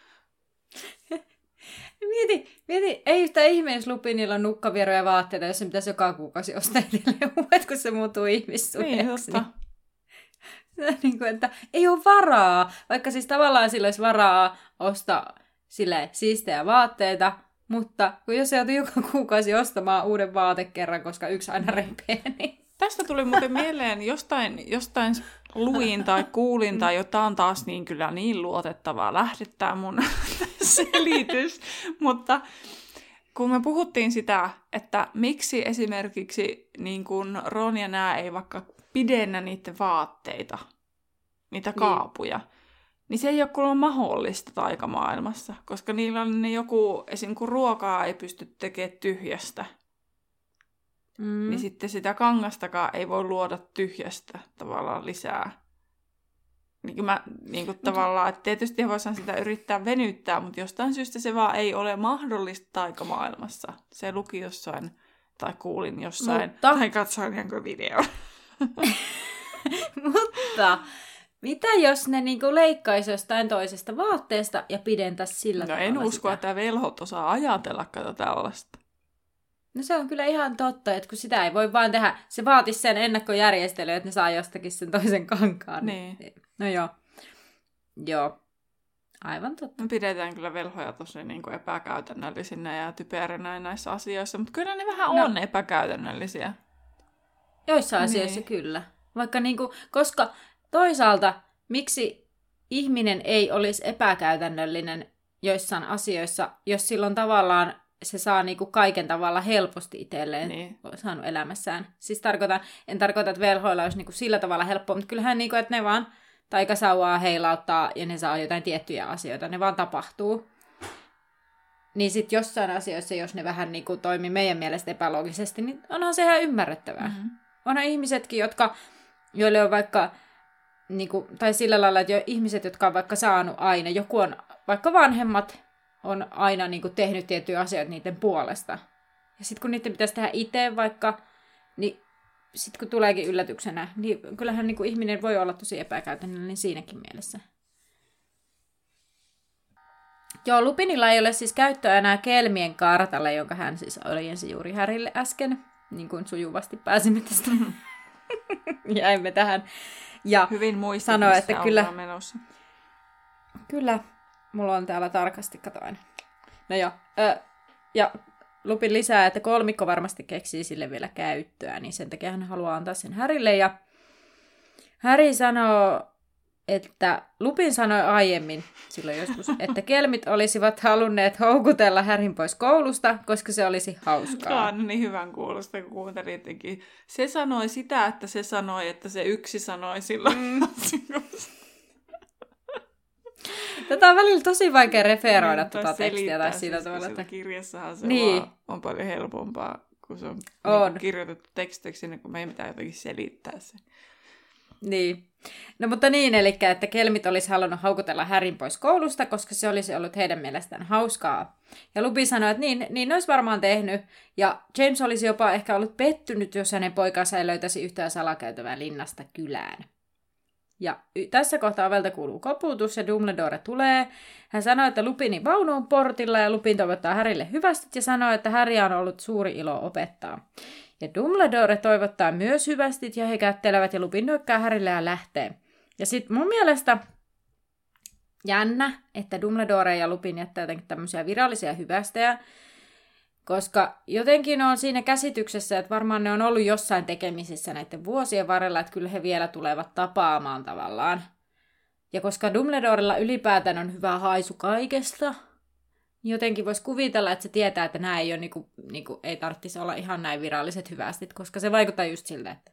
Mieti, ei yhtään ihme, jos Lupinilla on nukkavieroja vaatteita, jos se pitäisi joka kuukausi ostaa edelleen uudet, kun se muuttuu ihmissuudeksi. Niin kuin, että ei ole varaa, vaikka siis tavallaan sillä olisi varaa ostaa sille siistejä vaatteita, mutta kun jos se joutuu joka kuukausi ostamaan uuden vaatekerran, koska yksi aina repee, niin... Tästä tuli muuten mieleen, jostain luin tai kuulin tai jotain taas niin kyllä niin luotettavaa lähdettää mun selitys, mutta kun me puhuttiin sitä, että miksi esimerkiksi niin kun Ron ja nää ei vaikka pidennä niiden vaatteita, niitä kaapuja, niin se ei ole kuulemma mahdollista taikamaailmassa, koska niillä on ne joku, esim. Kun ruokaa ei pysty tekemään tyhjästä, niin sitten sitä kangastakaan ei voi luoda tyhjästä tavallaan lisää. Niin kuin tavallaan, että tietysti voisihan sitä yrittää venyttää, mutta jostain syystä se vaan ei ole mahdollista taikamaailmassa. Se luki jossain, tai kuulin jossain, tai katsoin jonkun videon. Mutta Mitä jos ne niinku leikkaisi jostain toisesta vaatteesta ja pidentäisi sillä tavalla en usko, sitä? että velhot osaa ajatella tällaista. No se on kyllä ihan totta, että kun sitä ei voi vaan tehdä, se vaatisi sen ennakkojärjestelyä, että ne saa jostakin sen toisen kankaan. Niin. No joo. Joo. Aivan totta. Me pidetään kyllä velhoja tosi niin kuin epäkäytännöllisinä ja typeränä näissä asioissa, mutta kyllä ne vähän on epäkäytännöllisiä. Joissain asioissa kyllä. Vaikka niinku, koska toisaalta, miksi ihminen ei olisi epäkäytännöllinen joissain asioissa, jos silloin tavallaan se saa niinku kaiken tavalla helposti itselleen saanut elämässään. Siis en tarkoita, että velhoilla olisi niinku sillä tavalla helppoa, mutta kyllähän niinku, että ne vaan taikasauvaa heilauttaa ja ne saa jotain tiettyjä asioita, ne vaan tapahtuu. Niin sitten jossain asioissa, jos ne vähän niinku toimii meidän mielestä epäloogisesti, niin onhan se ihan ymmärrettävää. Mm-hmm. Onhan ihmisetkin, joille on vaikka, niinku, tai sillä lailla, että ihmiset, jotka on vaikka saanut aina, joku on, vaikka vanhemmat on aina niinku tehnyt tiettyjä asioita niiden puolesta. Ja sitten kun niiden pitäisi tehdä itse vaikka, niin sitten kun tuleekin yllätyksenä, niin kyllähän niinku ihminen voi olla tosi epäkäytännöllinen siinäkin mielessä. Joo, Lupinilla ei ole siis käyttöä enää kelmien kartalle, jonka hän siis ojensi juuri Harrylle äsken. Niin kuin sujuvasti pääsimme tästä. Jäimme tähän. Ja hyvin muistit, sanoi, että kyllä, menossa. Kyllä, mulla on täällä tarkasti, katoin. No joo, ja Lupin lisää, että kolmikko varmasti keksii sille vielä käyttöä, niin sen takia hän haluaa antaa sen Harrylle. Ja Harry sanoo, että Lupin sanoi aiemmin silloin joskus, että kelmit olisivat halunneet houkutella Harryn pois koulusta, koska se olisi hauskaa. Tämä on niin hyvän kuulosta, kun kuuntelittekin. Se sanoi sitä, että se sanoi, että se yksi sanoi silloin. Tätä on välillä tosi vaikea referoida tuota tekstiä tai sillä tavalla. Että kirjassahan se on paljon helpompaa, kun se on kirjoitettu tekstiksi, niin kun me ei mitään jotenkin selittää se. Niin. No mutta niin, eli että kelmit olisi halunnut haukutella Harryn pois koulusta, koska se olisi ollut heidän mielestään hauskaa. Ja Lupin sanoi, että niin ne olisi varmaan tehnyt. Ja James olisi jopa ehkä ollut pettynyt, jos hänen poikansa ei löytäisi yhtään salakäytävää linnasta kylään. Ja tässä kohtaa ovelta kuuluu koputus ja Dumbledore tulee. Hän sanoi, että Lupinin vaunu on portilla ja Lupin toivottaa Harrylle hyvästit ja sanoo, että Harry on ollut suuri ilo opettaa. Ja Dumbledore toivottaa myös hyvästit ja he kättelevät ja Lupin nyökkää Harrylle ja lähtee. Ja sitten mun mielestä jännä, että Dumbledore ja Lupin jättää jotenkin tämmöisiä virallisia hyvästejä, koska jotenkin on siinä käsityksessä, että varmaan ne on ollut jossain tekemisissä näiden vuosien varrella, että kyllä he vielä tulevat tapaamaan tavallaan. Ja koska Dumbledorella ylipäätään on hyvä haisu kaikesta, jotenkin voisi kuvitella, että se tietää, että nämä ei ole ei tarvitsisi olla ihan näin viralliset hyvästit, koska se vaikuttaa just siltä, että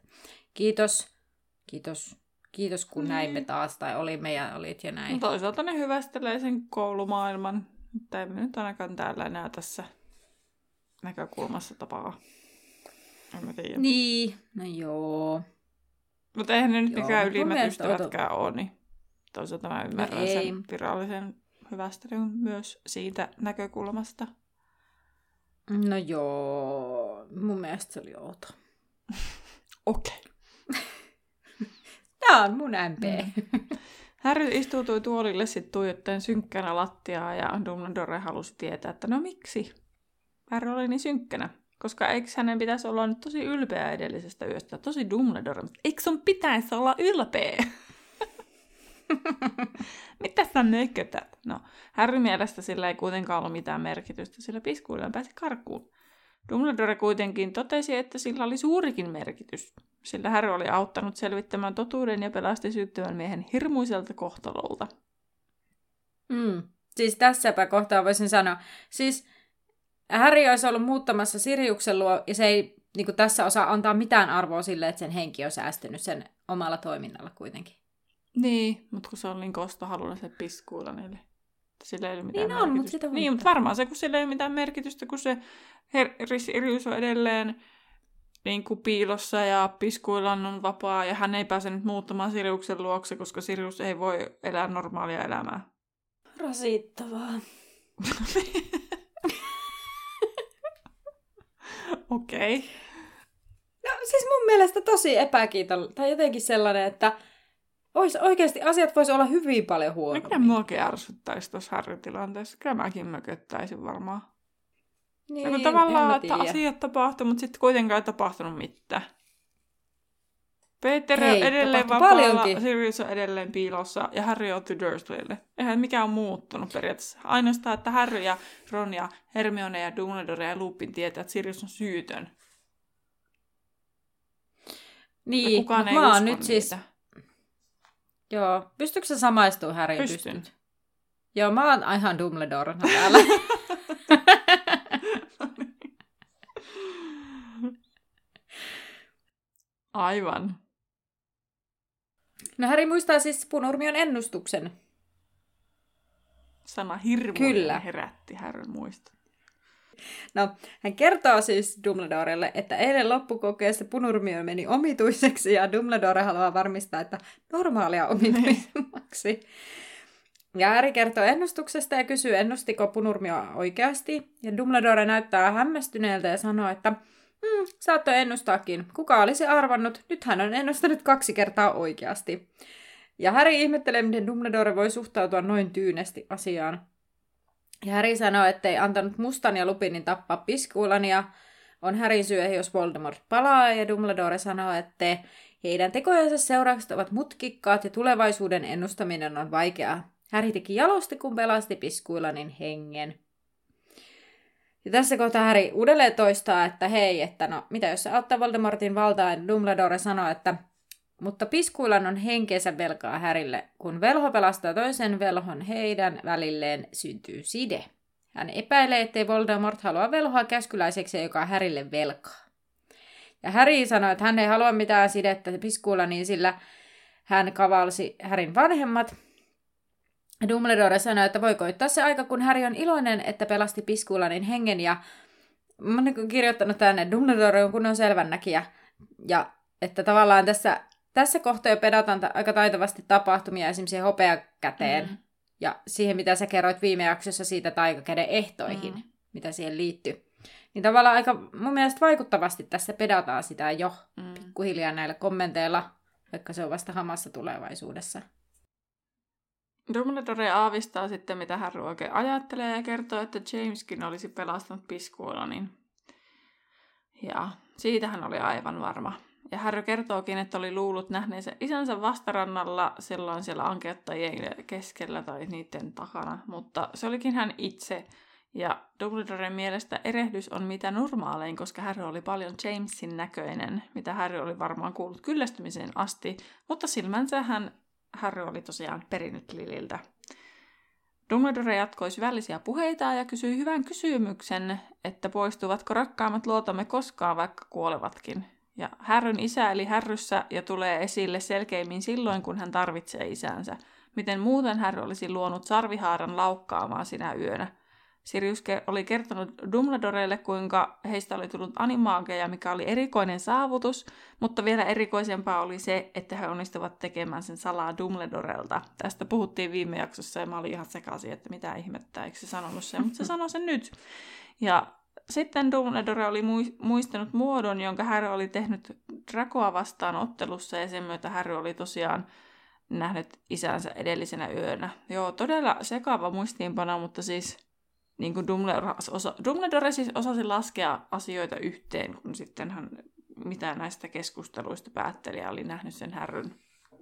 kiitos kun näimme taas, tai olimme ja olit ja näin. No toisaalta ne hyvästelee sen koulumaailman, mutta emme nyt ainakaan täällä enää tässä näkökulmassa tapaa. En mä tiedä. Niin, no joo. Mutta eihän ne nyt mikään ylimmät ystävätkään ole, niin toisaalta mä ymmärrän sen virallisen hyvästelyn myös siitä näkökulmasta. No joo, mun mielestä se oli outo. Okei. Tää on mun MP. Harry istuutui tuolille sitten tuijottaen synkkänä lattiaa ja Dumbledore halusi tietää, että no miksi Harry oli niin synkkänä. Koska eikö hänen pitäisi olla nyt tosi ylpeä edellisestä yöstä? Tosi Dumbledore, mutta eikö sun pitäisi olla ylpeä? Mitä sä nökötät? No, Harryn mielestä sillä ei kuitenkaan ollut mitään merkitystä, sillä piskuillaan pääsi karkuun. Dumbledore kuitenkin totesi, että sillä oli suurikin merkitys, sillä Harry oli auttanut selvittämään totuuden ja pelasti syyttömän miehen hirmuiselta kohtalolta. Siis tässäpä kohtaa voisin sanoa. Siis Harry olisi ollut muuttamassa Siriuksen luo, ja se ei niin tässä osaa antaa mitään arvoa sille, että sen henki on säästynyt sen omalla toiminnalla kuitenkin. Niin, mutta kun se on niin kostohaluinen se piskuilla niille. Sillä ei ole mitään niin merkitystä. Mutta sitä niin, mutta varmaan se, kun sillä ei ole mitään merkitystä, kun se Sirius on edelleen niin kuin piilossa ja piskuilla on vapaa, ja hän ei pääse nyt muuttamaan Siriuksen luokse, koska Sirius ei voi elää normaalia elämää. Rasittavaa. Okei. No siis mun mielestä tosi epäkiitollinen, tai jotenkin sellainen, että Oikeasti asiat voisi olla hyvin paljon huonommin. Mikä muakin ärsyttäisi tuossa Harry-tilanteessa? Kyllä mäkin mököttäisin varmaan. Niin, kun tavallaan, että asiat tapahtuu, mutta sitten kuitenkaan ei tapahtunut mitään. Peter on edelleen vapaalla, Sirius on edelleen piilossa ja Harry otti Dursleylle. Eihän mikään on muuttunut periaatteessa. Ainoastaan, että Harry ja Ron ja Hermione ja Dumbledore ja Lupin tietää, että Sirius on syytön. Niin, kukaan ei mä oon usko nyt niitä. siis... Joo, pystytkö sä samaistumaan Harryin? Pystyn. Joo, mä oon ihan Dumbledorena täällä. Aivan. No Harry muistaa siis Punurmion ennustuksen. Sana hirmuinen herätti Harryn muista. No, hän kertoo siis Dumbledorelle, että eilen loppukokeessa Punurmio meni omituiseksi ja Dumbledore haluaa varmistaa, että normaalia omituisemmaksi. Ja Harry kertoo ennustuksesta ja kysyy, ennustiko Punurmio oikeasti. Ja Dumbledore näyttää hämmästyneeltä ja sanoo, että saattoi ennustaakin. Kuka olisi arvannut? Nyt hän on ennustanut 2 kertaa oikeasti. Ja Harry ihmettelee, miten Dumbledore voi suhtautua noin tyynesti asiaan. Ja Harry sanoo, ettei antanut Mustan ja Lupinin tappaa Piskuilan ja on Harryn syy, jos Voldemort palaa. Ja Dumbledore sanoo, että heidän tekojensa seuraukset ovat mutkikkaat ja tulevaisuuden ennustaminen on vaikeaa. Harry teki jalosti, kun pelasti Piskuilanin hengen. Ja tässä kohtaa Harry uudelleen toistaa, että hei, että no, mitä jos se auttaa Voldemortin valtaa, ja Dumbledore sanoo, että mutta Piskuilan on henkeensä velkaa Harrylle. Kun velho pelastaa toisen velhon, heidän välilleen syntyy side. Hän epäilee, ettei Voldemort halua velhoa käskyläiseksi, joka on Harrylle velkaa. Ja Harry sanoo, että hän ei halua mitään sidettä Piskuilaniin, sillä hän kavalsi Harryn vanhemmat. Dumbledore sanoi, että voi koittaa se aika, kun Harry on iloinen, että pelasti Piskuilanin hengen. Ja mä oon kirjoittanut tänne, että Dumbledore on kunnon selvännäkijä. Ja että tavallaan tässä kohtaa jo pedataan aika taitavasti tapahtumia esimerkiksi hopeakäteen. Ja siihen, mitä sä kerroit viime jaksossa siitä taikakäden ehtoihin, mitä siihen liittyy. Niin tavallaan aika mun mielestä vaikuttavasti tässä pedataan sitä jo pikkuhiljaa näillä kommenteilla, vaikka se on vasta hamassa tulevaisuudessa. Dumbledore aavistaa sitten, mitä Harry oikein ajattelee ja kertoo, että Jameskin olisi pelastanut Piskuilanin. Ja siitä hän oli aivan varma. Ja Harry kertookin, että oli luullut nähneensä isänsä vastarannalla silloin siellä ankeuttajien keskellä tai niiden takana, mutta se olikin hän itse. Ja Dumbledoren mielestä erehdys on mitä normaalein, koska Harry oli paljon Jamesin näköinen, mitä Harry oli varmaan kuullut kyllästymiseen asti, mutta silmänsä Harry oli tosiaan perinyt Lilyltä. Dumbledore jatkoi syvällisiä puheita ja kysyi hyvän kysymyksen, että poistuvatko rakkaimmat luotamme koskaan, vaikka kuolevatkin. Ja Harryn isä eli Harryssä ja tulee esille selkeimmin silloin, kun hän tarvitsee isänsä. Miten muuten Harry olisi luonut sarvihaaran laukkaamaan sinä yönä. Sirius oli kertonut Dumbledorelle, kuinka heistä oli tullut animaageja, mikä oli erikoinen saavutus, mutta vielä erikoisempaa oli se, että he onnistuvat tekemään sen salaa Dumbledorelta. Tästä puhuttiin viime jaksossa ja mä olin ihan sekaisin, että mitä ihmettä, eikö se sanonut sen, mutta se sanoi sen nyt. Ja sitten Dumbledore oli muistanut muodon, jonka Harry oli tehnyt Dracoa vastaan ottelussa ja sen myötä Harry oli tosiaan nähnyt isänsä edellisenä yönä. Joo, todella sekava muistiinpano, mutta siis niin kuin Dumbledore siis osasi laskea asioita yhteen, kun sitten hän mitä näistä keskusteluista päätteli ja oli nähnyt sen Harryn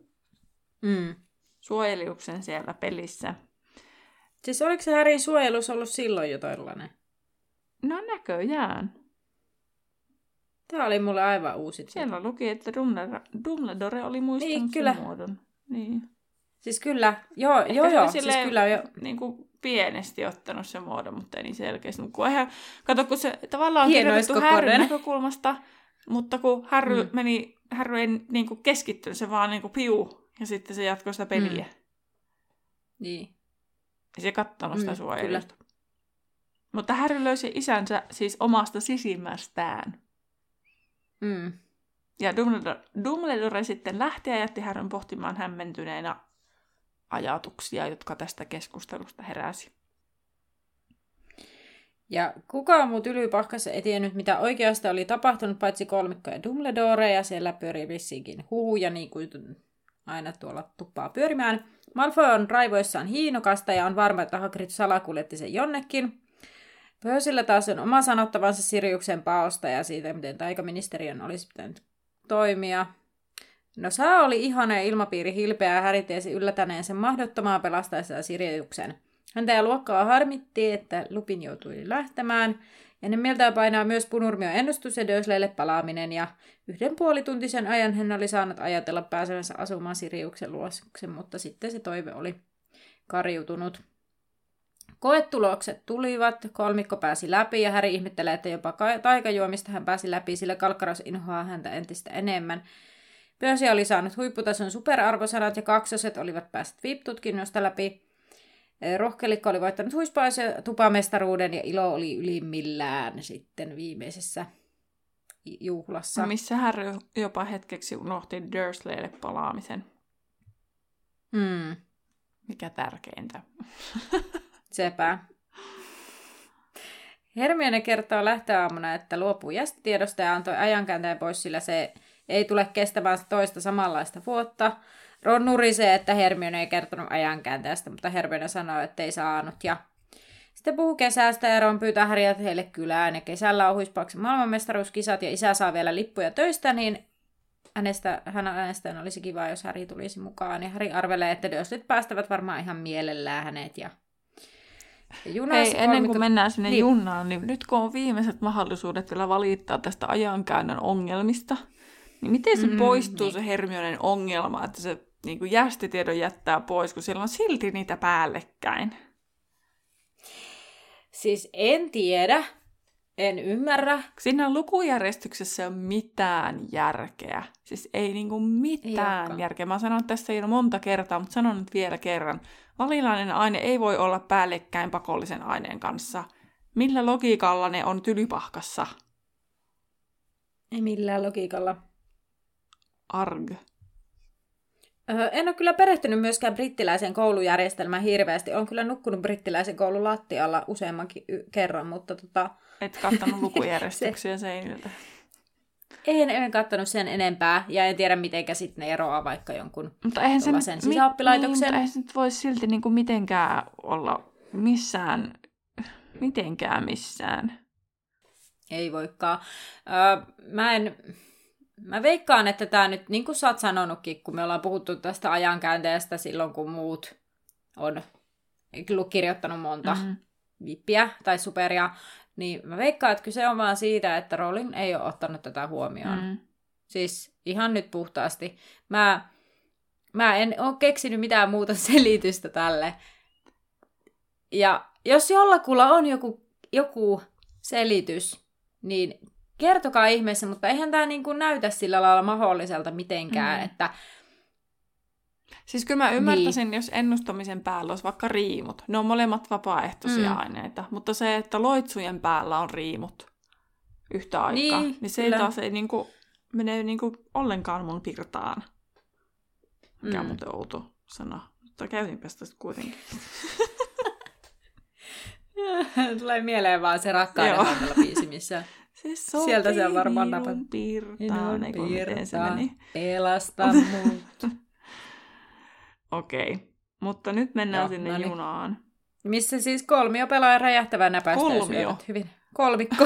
suojeliuksen siellä pelissä. Siis oliko se Harryn suojelus ollut silloin jo tollainen? No näköjään. Tämä oli mulle aivan uusi. Siellä luki, että Dumbledore oli muistanut niin, sen muodon. Niin. Siis kyllä, joo. Siis kyllä jo. Niin kuin pienesti ottanut sen muodon, mutta ei niin selkeästi. Kato, kun se tavallaan on kirjoitettu Harryn näkökulmasta, mutta kun Harry ei niin kuin keskittynyt, se vaan niin kuin piu, ja sitten se jatkoi sitä peliä. Niin. Ja se kattonut sitä suojelusta. Mutta Harry löysi isänsä siis omasta sisimmästään. Ja Dumbledore sitten lähti ja jätti Harryn pohtimaan hämmentyneenä ajatuksia, jotka tästä keskustelusta heräsi. Ja kukaan muut Ylypahkassa ei tiennyt, mitä oikeasta oli tapahtunut, paitsi kolmikko ja Dumbledore, ja siellä pyörii vissiinkin huhuja, niin kuin aina tuolla tuppaa pyörimään. Malfoy on raivoissaan hiinokasta ja on varma, että Hagrid salakuljetti sen jonnekin. Percyllä taas on oma sanottavansa Siriuksen paosta ja siitä, miten taikaministeriön olisi pitänyt toimia. No sää oli ihana ja ilmapiiri hilpeä ja Harry tiesi yllätäneen sen mahdottomaan pelastaessaan Siriuksen. Häntä ja luokkaa harmitti, että Lupin joutui lähtemään. Ja ne mieltään painaa myös Punurmion ennustus ja Dursleylle palaaminen. Ja 1,5 tuntisen ajan hän oli saanut ajatella pääsevänsä asumaan Siriuksen luokse, mutta sitten se toive oli kariutunut. Koetulokset tulivat, kolmikko pääsi läpi ja Harry ihmettelee, että jopa taikajuomista hän pääsi läpi, sillä Kalkkaros inhoaa häntä entistä enemmän. Percy oli saanut huipputason superarvosanat ja kaksoset olivat päässeet VIP-tutkinnosta läpi. Rohkelikko oli voittanut huispais- ja tupamestaruuden ja ilo oli ylimmillään sitten viimeisessä juhlassa. Missä Harry jopa hetkeksi unohti Dursleylle palaamisen. Mikä tärkeintä. Sepä. Hermione kertoo lähtöaamuna, että luopuu jästitiedosta ja antoi ajankääntäjän pois, sillä se ei tule kestämään toista samanlaista vuotta. Ron nurisee, että Hermione ei kertonut ajankääntäjästä, mutta Hermione sanoo, että ei saanut. Ja sitten puhuu kesästä ja Ron pyytää Harryä heille kylään. Ja kesällä on huispauksen maailmanmestaruuskisat ja isä saa vielä lippuja töistä, niin hänen olisi kiva, jos Harry tulisi mukaan. Ja Harry arvelee, että Dursleyt päästävät varmaan ihan mielellään hänet. Ja Hei, ennen kuin mennään sinne junaan, niin nyt kun on viimeiset mahdollisuudet vielä valittaa tästä ajankäännön ongelmista, niin miten se poistuu se Hermionen ongelma, että se niin kuin jästitiedon jättää pois, kun siellä on silti niitä päällekkäin? Siis en tiedä, en ymmärrä. Siinä lukujärjestyksessä ei ole mitään järkeä. Siis ei niinku mitään järkeä. Mä sanon tässä jo monta kertaa, mutta sanon nyt vielä kerran. Valilainen aine ei voi olla päällekkäin pakollisen aineen kanssa. Millä logiikalla ne on Tylypahkassa? Ei millään logiikalla. Arg. En ole kyllä perehtynyt myöskään brittiläisen koulujärjestelmään hirveästi. Olen kyllä nukkunut brittiläisen koulun lattialla useammankin kerran, mutta Et kattanut lukujärjestyksiä seiniltä. En kattanut sen enempää, ja en tiedä mitenkä sitten ne eroaa vaikka jonkun sen sisäoppilaitoksen. Mutta eihän se nyt voi silti niinku mitenkään olla missään. Ei voikaan. Mä veikkaan, että tämä nyt, niin kuin sä oot sanonutkin, kun me ollaan puhuttu tästä ajankäänteestä silloin, kun muut on kirjoittanut monta vippiä tai superia, niin mä veikkaan, että kyse on vaan siitä, että Rowling ei ole ottanut tätä huomioon. Siis ihan nyt puhtaasti. Mä en ole keksinyt mitään muuta selitystä tälle. Ja jos jollakulla on joku selitys, niin kertokaa ihmeessä, mutta eihän tämä niin kuin näytä sillä lailla mahdolliselta mitenkään, että... Siis kyllä mä ymmärtäisin, jos ennustamisen päällä olisi vaikka riimut. Ne on molemmat vapaaehtoisia aineita, mutta se, että loitsujen päällä on riimut yhtä aikaa, niin se kyllä. Taas ei niinku, mene niinku ollenkaan mun pirtaan. Mikä on muuten outo sana, mutta käytinpä sitä kuitenkin. Tulee mieleen vaan se Rakkauden hankala biisi, missä sieltä se on varmaan napannut. Pirtaan, eikö miten se meni? Pelasta mut. Okei, mutta nyt mennään sinne junaan. Missä siis kolmio pelaa räjähtävän näpäistä ja syövät hyvin. Kolmikko.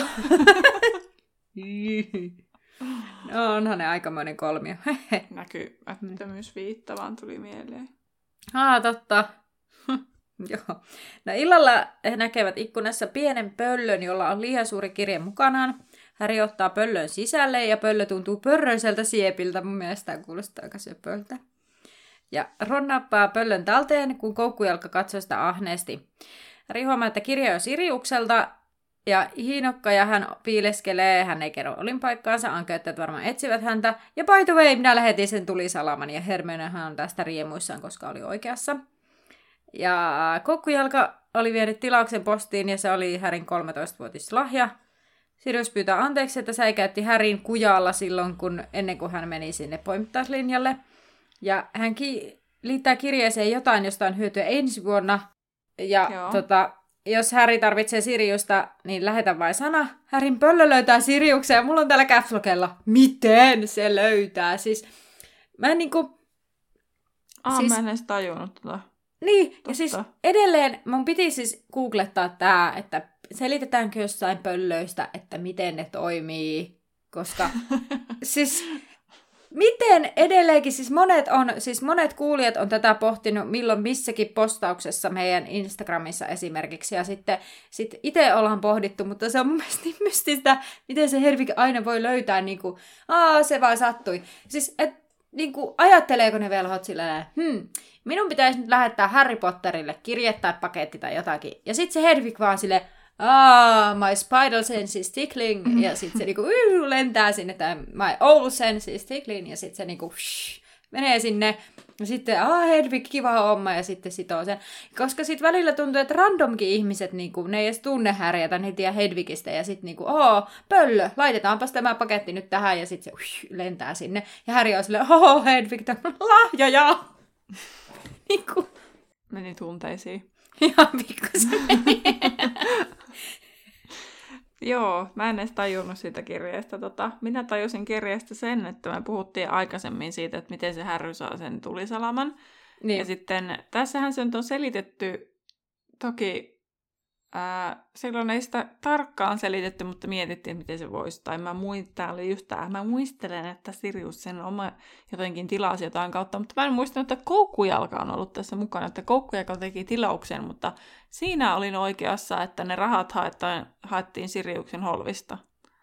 No, onhan ne aikamoinen kolmio. Näkymättömyysviitta vaan tuli mieleen. Totta. Joo. No illalla he näkevät ikkunassa pienen pöllön, jolla on liian suuri kirje mukanaan. Harry ottaa pöllön sisälle ja pöllö tuntuu pörröiseltä siepiltä. Mun mielestä tämä kuulostaa aika söpöltä. Ja Ron nappaa pöllön talteen, kun koukkujalka katsoo sitä ahneesti. Harry huomaa, että kirja on Siriukselta ja hiinokka ja hän piileskelee. Hän ei kerro olinpaikkaansa, ankeuttajat varmaan etsivät häntä. Ja by the way, minä lähetin sen tulisalaman ja Hermionehan on tästä riemuissaan, koska oli oikeassa. Ja koukkujalka oli vienyt tilauksen postiin ja se oli Harryn 13-vuotis lahja. Sirius pyytää anteeksi, että säikäytti Harryn kujalla silloin, ennen kuin hän meni sinne poimittaislinjalle. Ja hän liittää kirjeeseen jotain, josta on hyötyä ensi vuonna. Ja jos Harry tarvitsee Siriusta, niin lähetä vain sana. Harryn pöllö löytää Siriuksen ja mulla on täällä caps lockella. Miten se löytää? Siis mä en niinku... Mä en edes tajunnut tota. Niin, totta. Ja siis edelleen mun piti siis googlettaa tää, että selitetäänkö jossain pöllöistä, että miten ne toimii, koska siis miten edelleenkin, siis monet kuulijat on tätä pohtinut milloin missäkin postauksessa meidän Instagramissa esimerkiksi, ja sitten itse ollaan pohdittu, mutta se on mun mielestä niin mystistä, miten se Hedvig aina voi löytää, niin kuin, se vaan sattui. Siis, niin kuin, ajatteleeko ne velhot silleen, minun pitäisi nyt lähettää Harry Potterille kirje tai paketti tai jotakin, ja sitten se Hedvig vaan silleen, my spider sense is tickling, ja sitten se niinku lentää sinne, tai my old sense is tickling, ja sitten se niinku menee sinne, ja sitten Hedvig, kiva homma, ja sitten sitoo sen. Koska sitten välillä tuntuu, että randomkin ihmiset, niinku, ne ei edes tunne Harryä, tai ne ei tiedä Hedvigistä, ja sitten niinku, pöllö, laitetaanpas tämä paketti nyt tähän, ja sitten se lentää sinne, ja Harry on silleen, Hedvig, tämä on lahjoja! Niinku. Meni tunteisiin. Ihan pikkusen meni. Joo, mä en edes tajunnut siitä kirjeestä. Minä tajusin kirjeestä sen, että me puhuttiin aikaisemmin siitä, että miten se Harry saa sen tulisalaman. Niin. Ja sitten tässähän se on selitetty, toki silloin ei sitä tarkkaan selitetty, mutta mietittiin, miten se voisi. Tai mä muistelen, että Sirius sen oma jotenkin tilasi jotain kautta, mutta mä en muistanut, että Koukkujalka on ollut tässä mukana, että Koukkujalka teki tilauksen, mutta siinä olin oikeassa, että ne rahat haettiin Siriuksen holvista.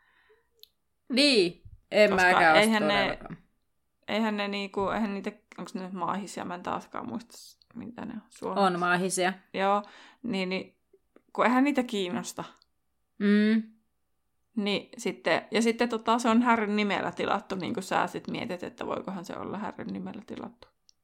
Niin, en mäkään ole todellakaan. Eihän niitä, onko ne maahisia, mä en taaskaan muista, mitä ne on suomeksi. On maahisia. Joo, niin kun eihän niitä kiinnosta. Niin sitten, ja sitten se on Harryn nimellä tilattu, niin kuin sä sit mietit, että voikohan se olla Harryn nimellä tilattu.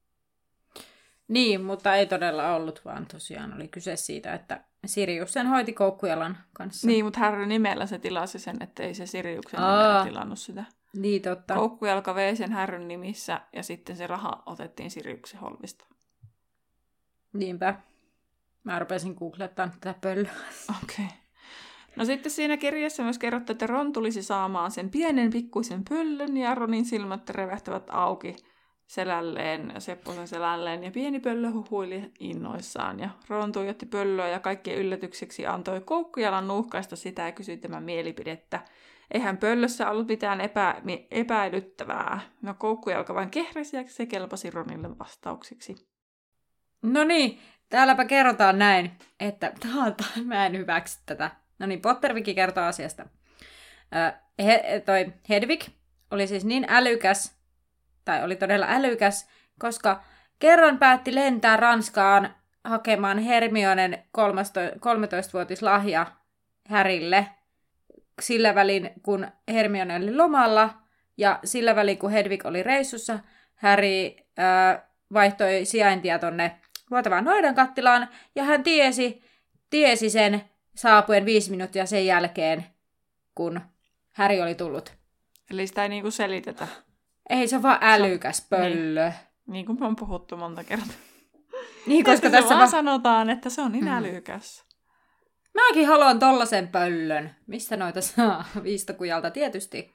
Niin, mutta ei todella ollut, vaan tosiaan oli kyse siitä, että Sirius sen hoiti Koukkujalan kanssa. Niin, mutta Harryn nimellä se tilasi sen, että ei se Siriuksen nimellä tilannut sitä. Niin, totta. Koukkujalka vei sen Harryn nimissä, ja sitten se raha otettiin Siriuksen holvista. Niinpä. Mä rupesin googlettamaan tätä pöllöä. Okei. No sitten siinä kirjassa myös kerrottu, että Ron tulisi saamaan sen pienen pikkuisen pöllön, ja Ronin silmät revähtävät auki Sepposen selälleen, ja pieni pöllö huhuili innoissaan. Ja Ron tuijotti pöllöä ja kaikkien yllätykseksi antoi Koukkujalan nuuhkaista sitä ja kysyi tämän mielipidettä. Eihän pöllössä ollut mitään epäilyttävää. No Koukkujalka vain kehräsi ja se kelpasi Ronille vastaukseksi. No niin, täälläpä kerrotaan näin, että mä en hyväksy tätä. No niin, Potterviki kertoo asiasta. Toi Hedvig oli siis niin älykäs, tai oli todella älykäs, koska kerran päätti lentää Ranskaan hakemaan Hermionen 13-vuotislahja Harrylle sillä välin, kun Hermione oli lomalla, ja sillä välin, kun Hedvig oli reissussa, Harry vaihtoi sijaintia tonne luotavaan noidankattilaan, ja hän tiesi sen saapuen 5 minuuttia sen jälkeen, kun Harry oli tullut. Eli sitä ei niinku selitetä. Ei, se on vaan älykäs pöllö. Niin kuin me on puhuttu monta kertaa. Niin, koska tässä vaan sanotaan, että se on niin älykäs. Mäkin haluan tollasen pöllön. Mistä noita saa? Viistokujalta tietysti.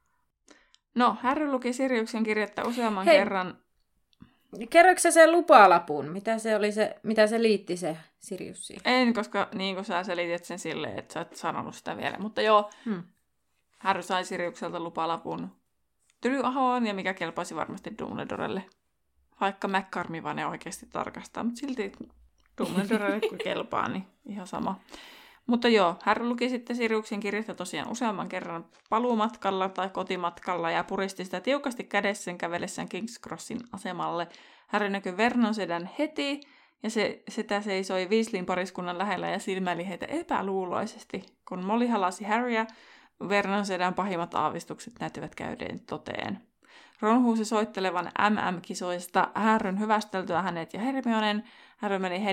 No, Harry luki Siriuksen kirjettä useamman kerran. Kerroiko se sen lupalapun? Mitä se liitti se Sirius siihen? En, koska niin kuin sä selitit sen silleen, että sä et sanonut sitä vielä. Mutta joo, Harry sai Siriukselta lupalapun Tylyahoon, ja mikä kelpaisi varmasti Dumbledorelle. Vaikka McCormi vaan ne oikeasti tarkastaa, mutta silti Dumbledorelle kun kelpaa, niin ihan sama. Mutta joo, Harry luki sitten Siriuksen kirjettä tosiaan useamman kerran paluumatkalla tai kotimatkalla ja puristi sitä tiukasti kädessään kävellessään King's Crossin asemalle. Harry näkyi Vernon sedän heti, ja sitä seisoi Weasleyn pariskunnan lähellä ja silmäili heitä epäluuloisesti. Kun Molly halasi Harryä, Vernon sedän pahimmat aavistukset näyttävät käydeen toteen. Ron huusi soittelevan MM-kisoista Harryn hyvästeltyä hänet ja Hermionen. Harry meni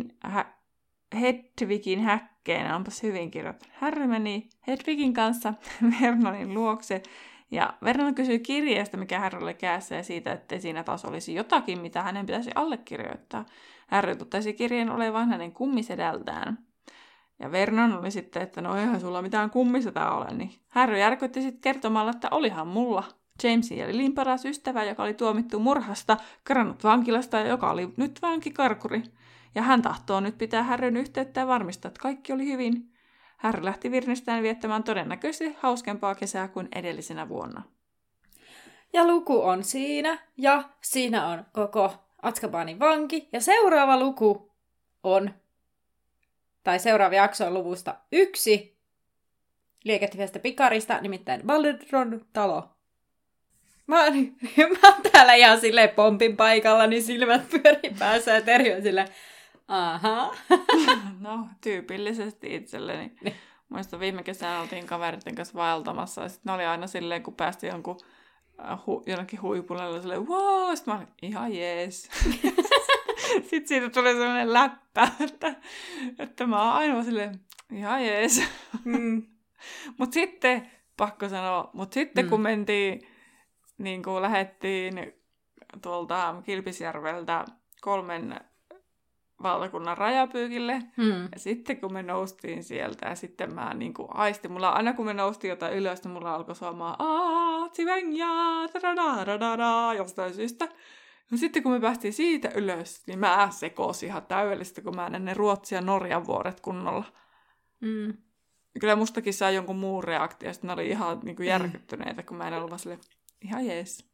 Hedwigin häkkeen, onpas hyvin kirjoittanut. Harry meni Hedwigin kanssa Vernonin luokse, ja Vernon kysyi kirjeestä, mikä Harrylle kädessä, ja siitä, ettei siinä taas olisi jotakin, mitä hänen pitäisi allekirjoittaa. Harry totesi kirjeen olevan hänen kummisedältään. Ja Vernon oli sitten, että no eihän sulla mitään kummisetä ole, niin Harry järkytti sitten kertomalla, että olihan mulla. Jamesin ja Lilyn paras ystävä, joka oli tuomittu murhasta, karannut vankilasta ja joka oli nyt vankikarkuri. Ja hän tahtoo nyt pitää Harryn yhteyttä ja varmistaa, että kaikki oli hyvin. Harry lähti Virnistään viettämään todennäköisesti hauskempaa kesää kuin edellisenä vuonna. Ja luku on siinä, ja siinä on koko Azkabanin vanki. Ja seuraava luku on, tai seuraava jakso on luvusta 1, Liekehtivästä pikarista, nimittäin Baldron talo. Mä oon täällä ihan silleen pompin paikalla, niin silmät pyörii päässä ja Terhi on silleen, aha. No, tyypillisesti itselleni. Muistan viime kesänä oltiin kaveritten kanssa vaeltamassa ja sitten ne oli aina silleen, kun päästiin jonkun jonnekin huipulle, oli silleen, wow, sitten mä olin, ihan jees. Sitten siitä tuli sellainen läppä, että mä oon aina silleen, ihan jees. Mutta sitten, pakko sanoa, kun mentiin, niin kuin lähdettiin tuolta Kilpisjärveltä 3 valtakunnan rajapyykille. Ja sitten kun me noustiin sieltä ja sitten mä niin kuin aistin, aina kun me noustiin jotain ylös, niin mulla alkoi suomaa Aatsivänjä, jostain syystä. No sitten kun me päästiin siitä ylös, niin mä sekosin ihan täydellistä, kun mä näin ne Ruotsin ja Norjan vuoret kunnolla. Kyllä mustakin saa jonkun muun reaktio, ja sitten ne oli ihan niin kuin järkyttyneitä, kun mä en ollut vaan silleen, ihan jees.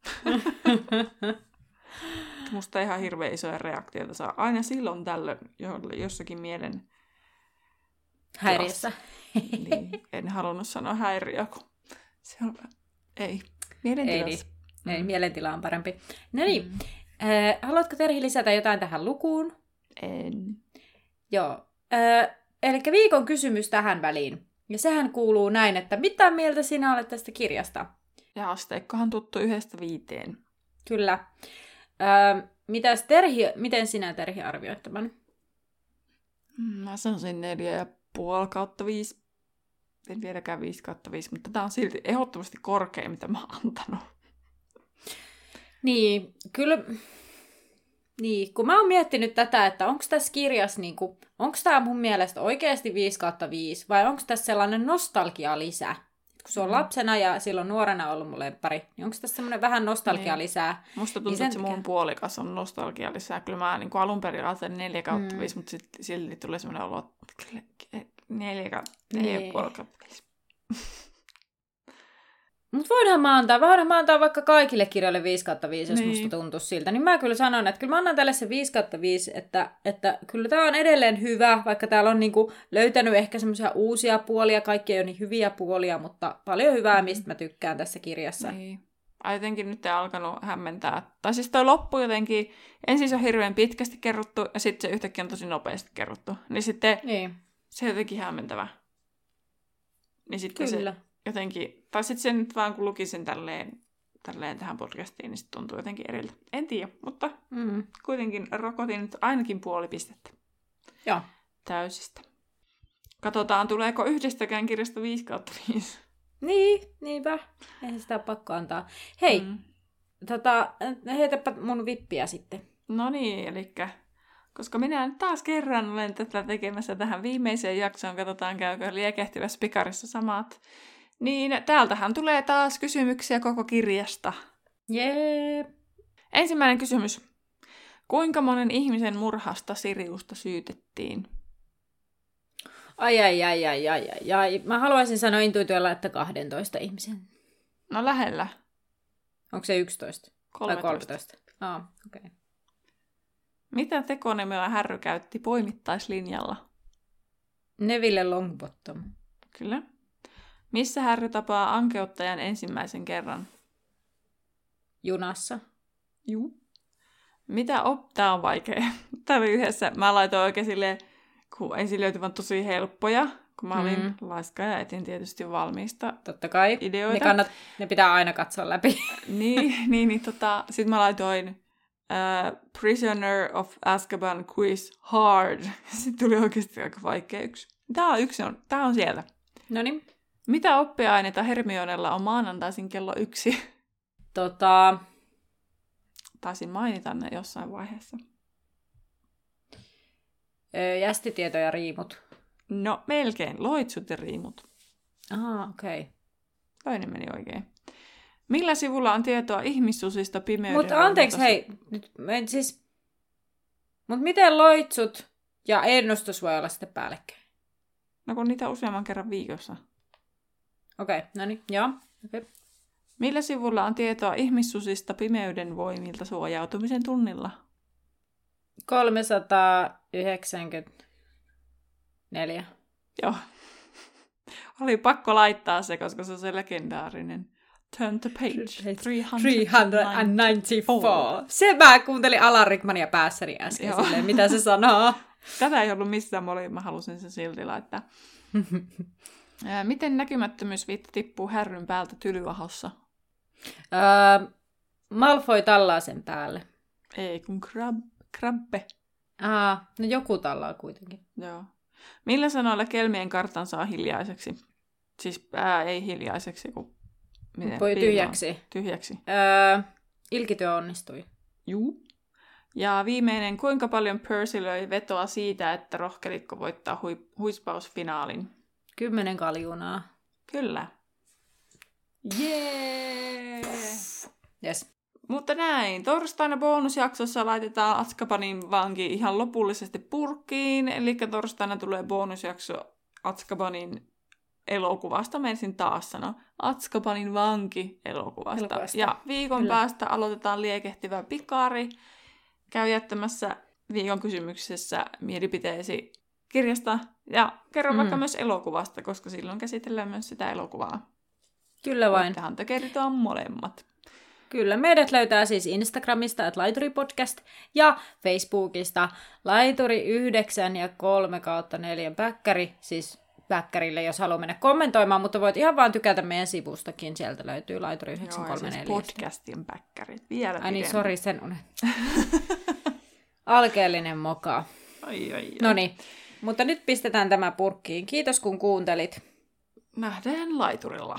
Musta ihan hirveän isoja reaktioita saa. Aina silloin tällöin jossakin mielen häiriössä. Niin, en halunnut sanoa häiriö, kun se on, ei, mielentilassa. Ei, mielentila on parempi. No niin, haluatko Terhi lisätä jotain tähän lukuun? En. Joo, eli viikon kysymys tähän väliin. Ja sehän kuuluu näin, että mitä mieltä sinä olet tästä kirjasta? Ja asteikkohan tuttu 1-5. Kyllä. Miten sinä, Terhi, arvioit tämän? Mä sanoisin 4,5/5. En vieläkään 5/5, mutta tämä on silti ehdottomasti korkein, mitä mä oon antanut. Niin, kyllä. Niin, kun mä oon miettinyt tätä, että onko tässä kirjassa, onko tämä mun mielestä oikeasti 5/5, vai onko tässä sellainen nostalgialisä? Kun se on lapsena ja silloin nuorena ollut mun lemppari, niin onko tässä semmoinen vähän nostalgialisää? Musta tuntuu, että se mun puolikas on nostalgialisää. Kyllä mä niin alun perin ajattelin 4/5, mutta silti tuli semmoinen olo, että 4,5/5. Mutta voidaan mä antaa vaikka kaikille kirjoille 5/5, jos musta tuntuu siltä. Niin mä kyllä sanon, että kyllä mä annan tälle se 5/5, että kyllä tää on edelleen hyvä, vaikka täällä on niinku löytänyt ehkä semmoisia uusia puolia, kaikki ei ole niin hyviä puolia, mutta paljon hyvää, mistä mä tykkään tässä kirjassa. Niin. Jotenkin nyt ei alkanut hämmentää. Tai siis toi loppu jotenkin, ensin se on hirveän pitkästi kerrottu ja sitten se yhtäkkiä on tosi nopeasti kerrottu. Niin sitten se on jotenkin hämmentävä. Niin sitten kyllä. Se jotenkin, tai sitten se nyt vaan kun luki sen tälleen tähän podcastiin, niin se tuntuu jotenkin eriltä. En tiedä, mutta kuitenkin rokotin nyt ainakin 0,5 pistettä. Joo. Täysistä. Katsotaan, tuleeko yhdestäkään kirjasta 5/5. Niin, niinpä. Eihän sitä pakko antaa. Hei, heitäpä mun vippiä sitten. No niin, elikkä koska minä nyt taas kerran olen tätä tekemässä tähän viimeiseen jaksoon, katsotaan käykö Liekehtivässä pikarissa samat, niin täältähän tulee taas kysymyksiä koko kirjasta. Jee. Ensimmäinen kysymys. Kuinka monen ihmisen murhasta Siriusta syytettiin? Ai. Mä haluaisin sanoa intuitiolla, että 12 ihmisen. No lähellä. Onko se 11? 13. Tai 13? Okei. Okay. Mitä tekonimeä Harry käytti poimittaislinjalla? Neville Longbottom. Kyllä. Missä Harry tapaa ankeuttajan ensimmäisen kerran? Junassa. Juu. Tää on vaikea. Tää oli yhdessä. Mä laitoin oikein silleen, kun ensin löytyi vaan tosi helppoja, kun mä olin laiska ja etin tietysti valmiista totta kai. Ideoita. Ne pitää aina katsoa läpi. Sitten mä laitoin Prisoner of Azkaban quiz hard. Sitten tuli oikeasti aika vaikea yksi. Tää on sieltä. Noniin. Mitä oppiaineita Hermionella on maanantaisin kello 1? Taisin mainita ne jossain vaiheessa. Jästitieto ja riimut. No, melkein. Loitsut ja riimut. Okei. Okay. Toinen meni oikein. Millä sivulla on tietoa ihmissusista pimeyden? Mutta anteeksi, hei. Mutta miten loitsut ja ennustus voi olla sitten päällekkäin? No kun niitä useamman kerran viikossa. Okei, no niin, joo. Okay. Millä sivulla on tietoa ihmissusista pimeyden voimilta suojautumisen tunnilla? 394. Joo. Oli pakko laittaa se, koska se on se legendaarinen. Turn the page. 394. Se mä kuuntelin Alan Rickmania päässäni äsken silleen, mitä se sanoo. Tätä ei ollut missään, mä halusin sen silti laittaa. Miten näkymättömyysviitta tippuu härryn päältä Tylyahossa? Malfoy tallaa sen päälle. Ei, kun krabbe. No joku tallaa kuitenkin. Joo. Millä sanoilla kelmien kartan saa hiljaiseksi? Siis ei hiljaiseksi, kun... Voi tyhjäksi. Tyhjäksi. Ilkityö onnistui. Juu. Ja viimeinen, kuinka paljon Percy löi vetoa siitä, että rohkelikko voittaa huispausfinaalin? 10 kaljunaa. Kyllä. Jee! Yes. Mutta näin. Torstaina bonusjaksossa laitetaan Azkabanin vanki ihan lopullisesti purkkiin. Eli torstaina tulee bonusjakso Azkabanin elokuvasta. Mä ensin taas sano. Azkabanin vanki elokuvasta. Ja viikon päästä aloitetaan liekehtivä pikari. Käy jättämässä viikon kysymyksessä mielipiteesi kirjasta. Ja kerro vaikka myös elokuvasta, koska silloin käsitellään myös sitä elokuvaa. Kyllä vain. Voittehan te kertoa molemmat. Kyllä, meidät löytää siis Instagramista @laituripodcast ja Facebookista Laituri9 ja 3/4 päkkäri, siis päkkärille, jos haluaa mennä kommentoimaan, mutta voit ihan vaan tykätä meidän sivustakin, sieltä löytyy Laituri934. Joo, siis podcastin päkkärit, vielä pidemmän. Ai niin, sori, sen unen. Alkeellinen moka. Ai. Noniin, mutta nyt pistetään tämä purkkiin. Kiitos kun kuuntelit. Nähdään laiturilla.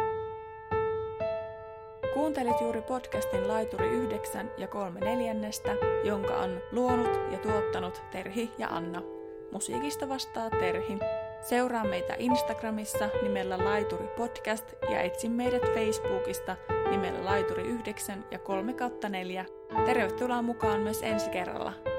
Kuuntelit juuri podcastin Laituri 9 ja 3/4, jonka on luonut ja tuottanut Terhi ja Anna. Musiikista vastaa Terhi. Seuraa meitä Instagramissa nimellä Laituri Podcast ja etsi meidät Facebookista nimellä Laituri 9 ja 3/4. Tervetuloa mukaan myös ensi kerralla.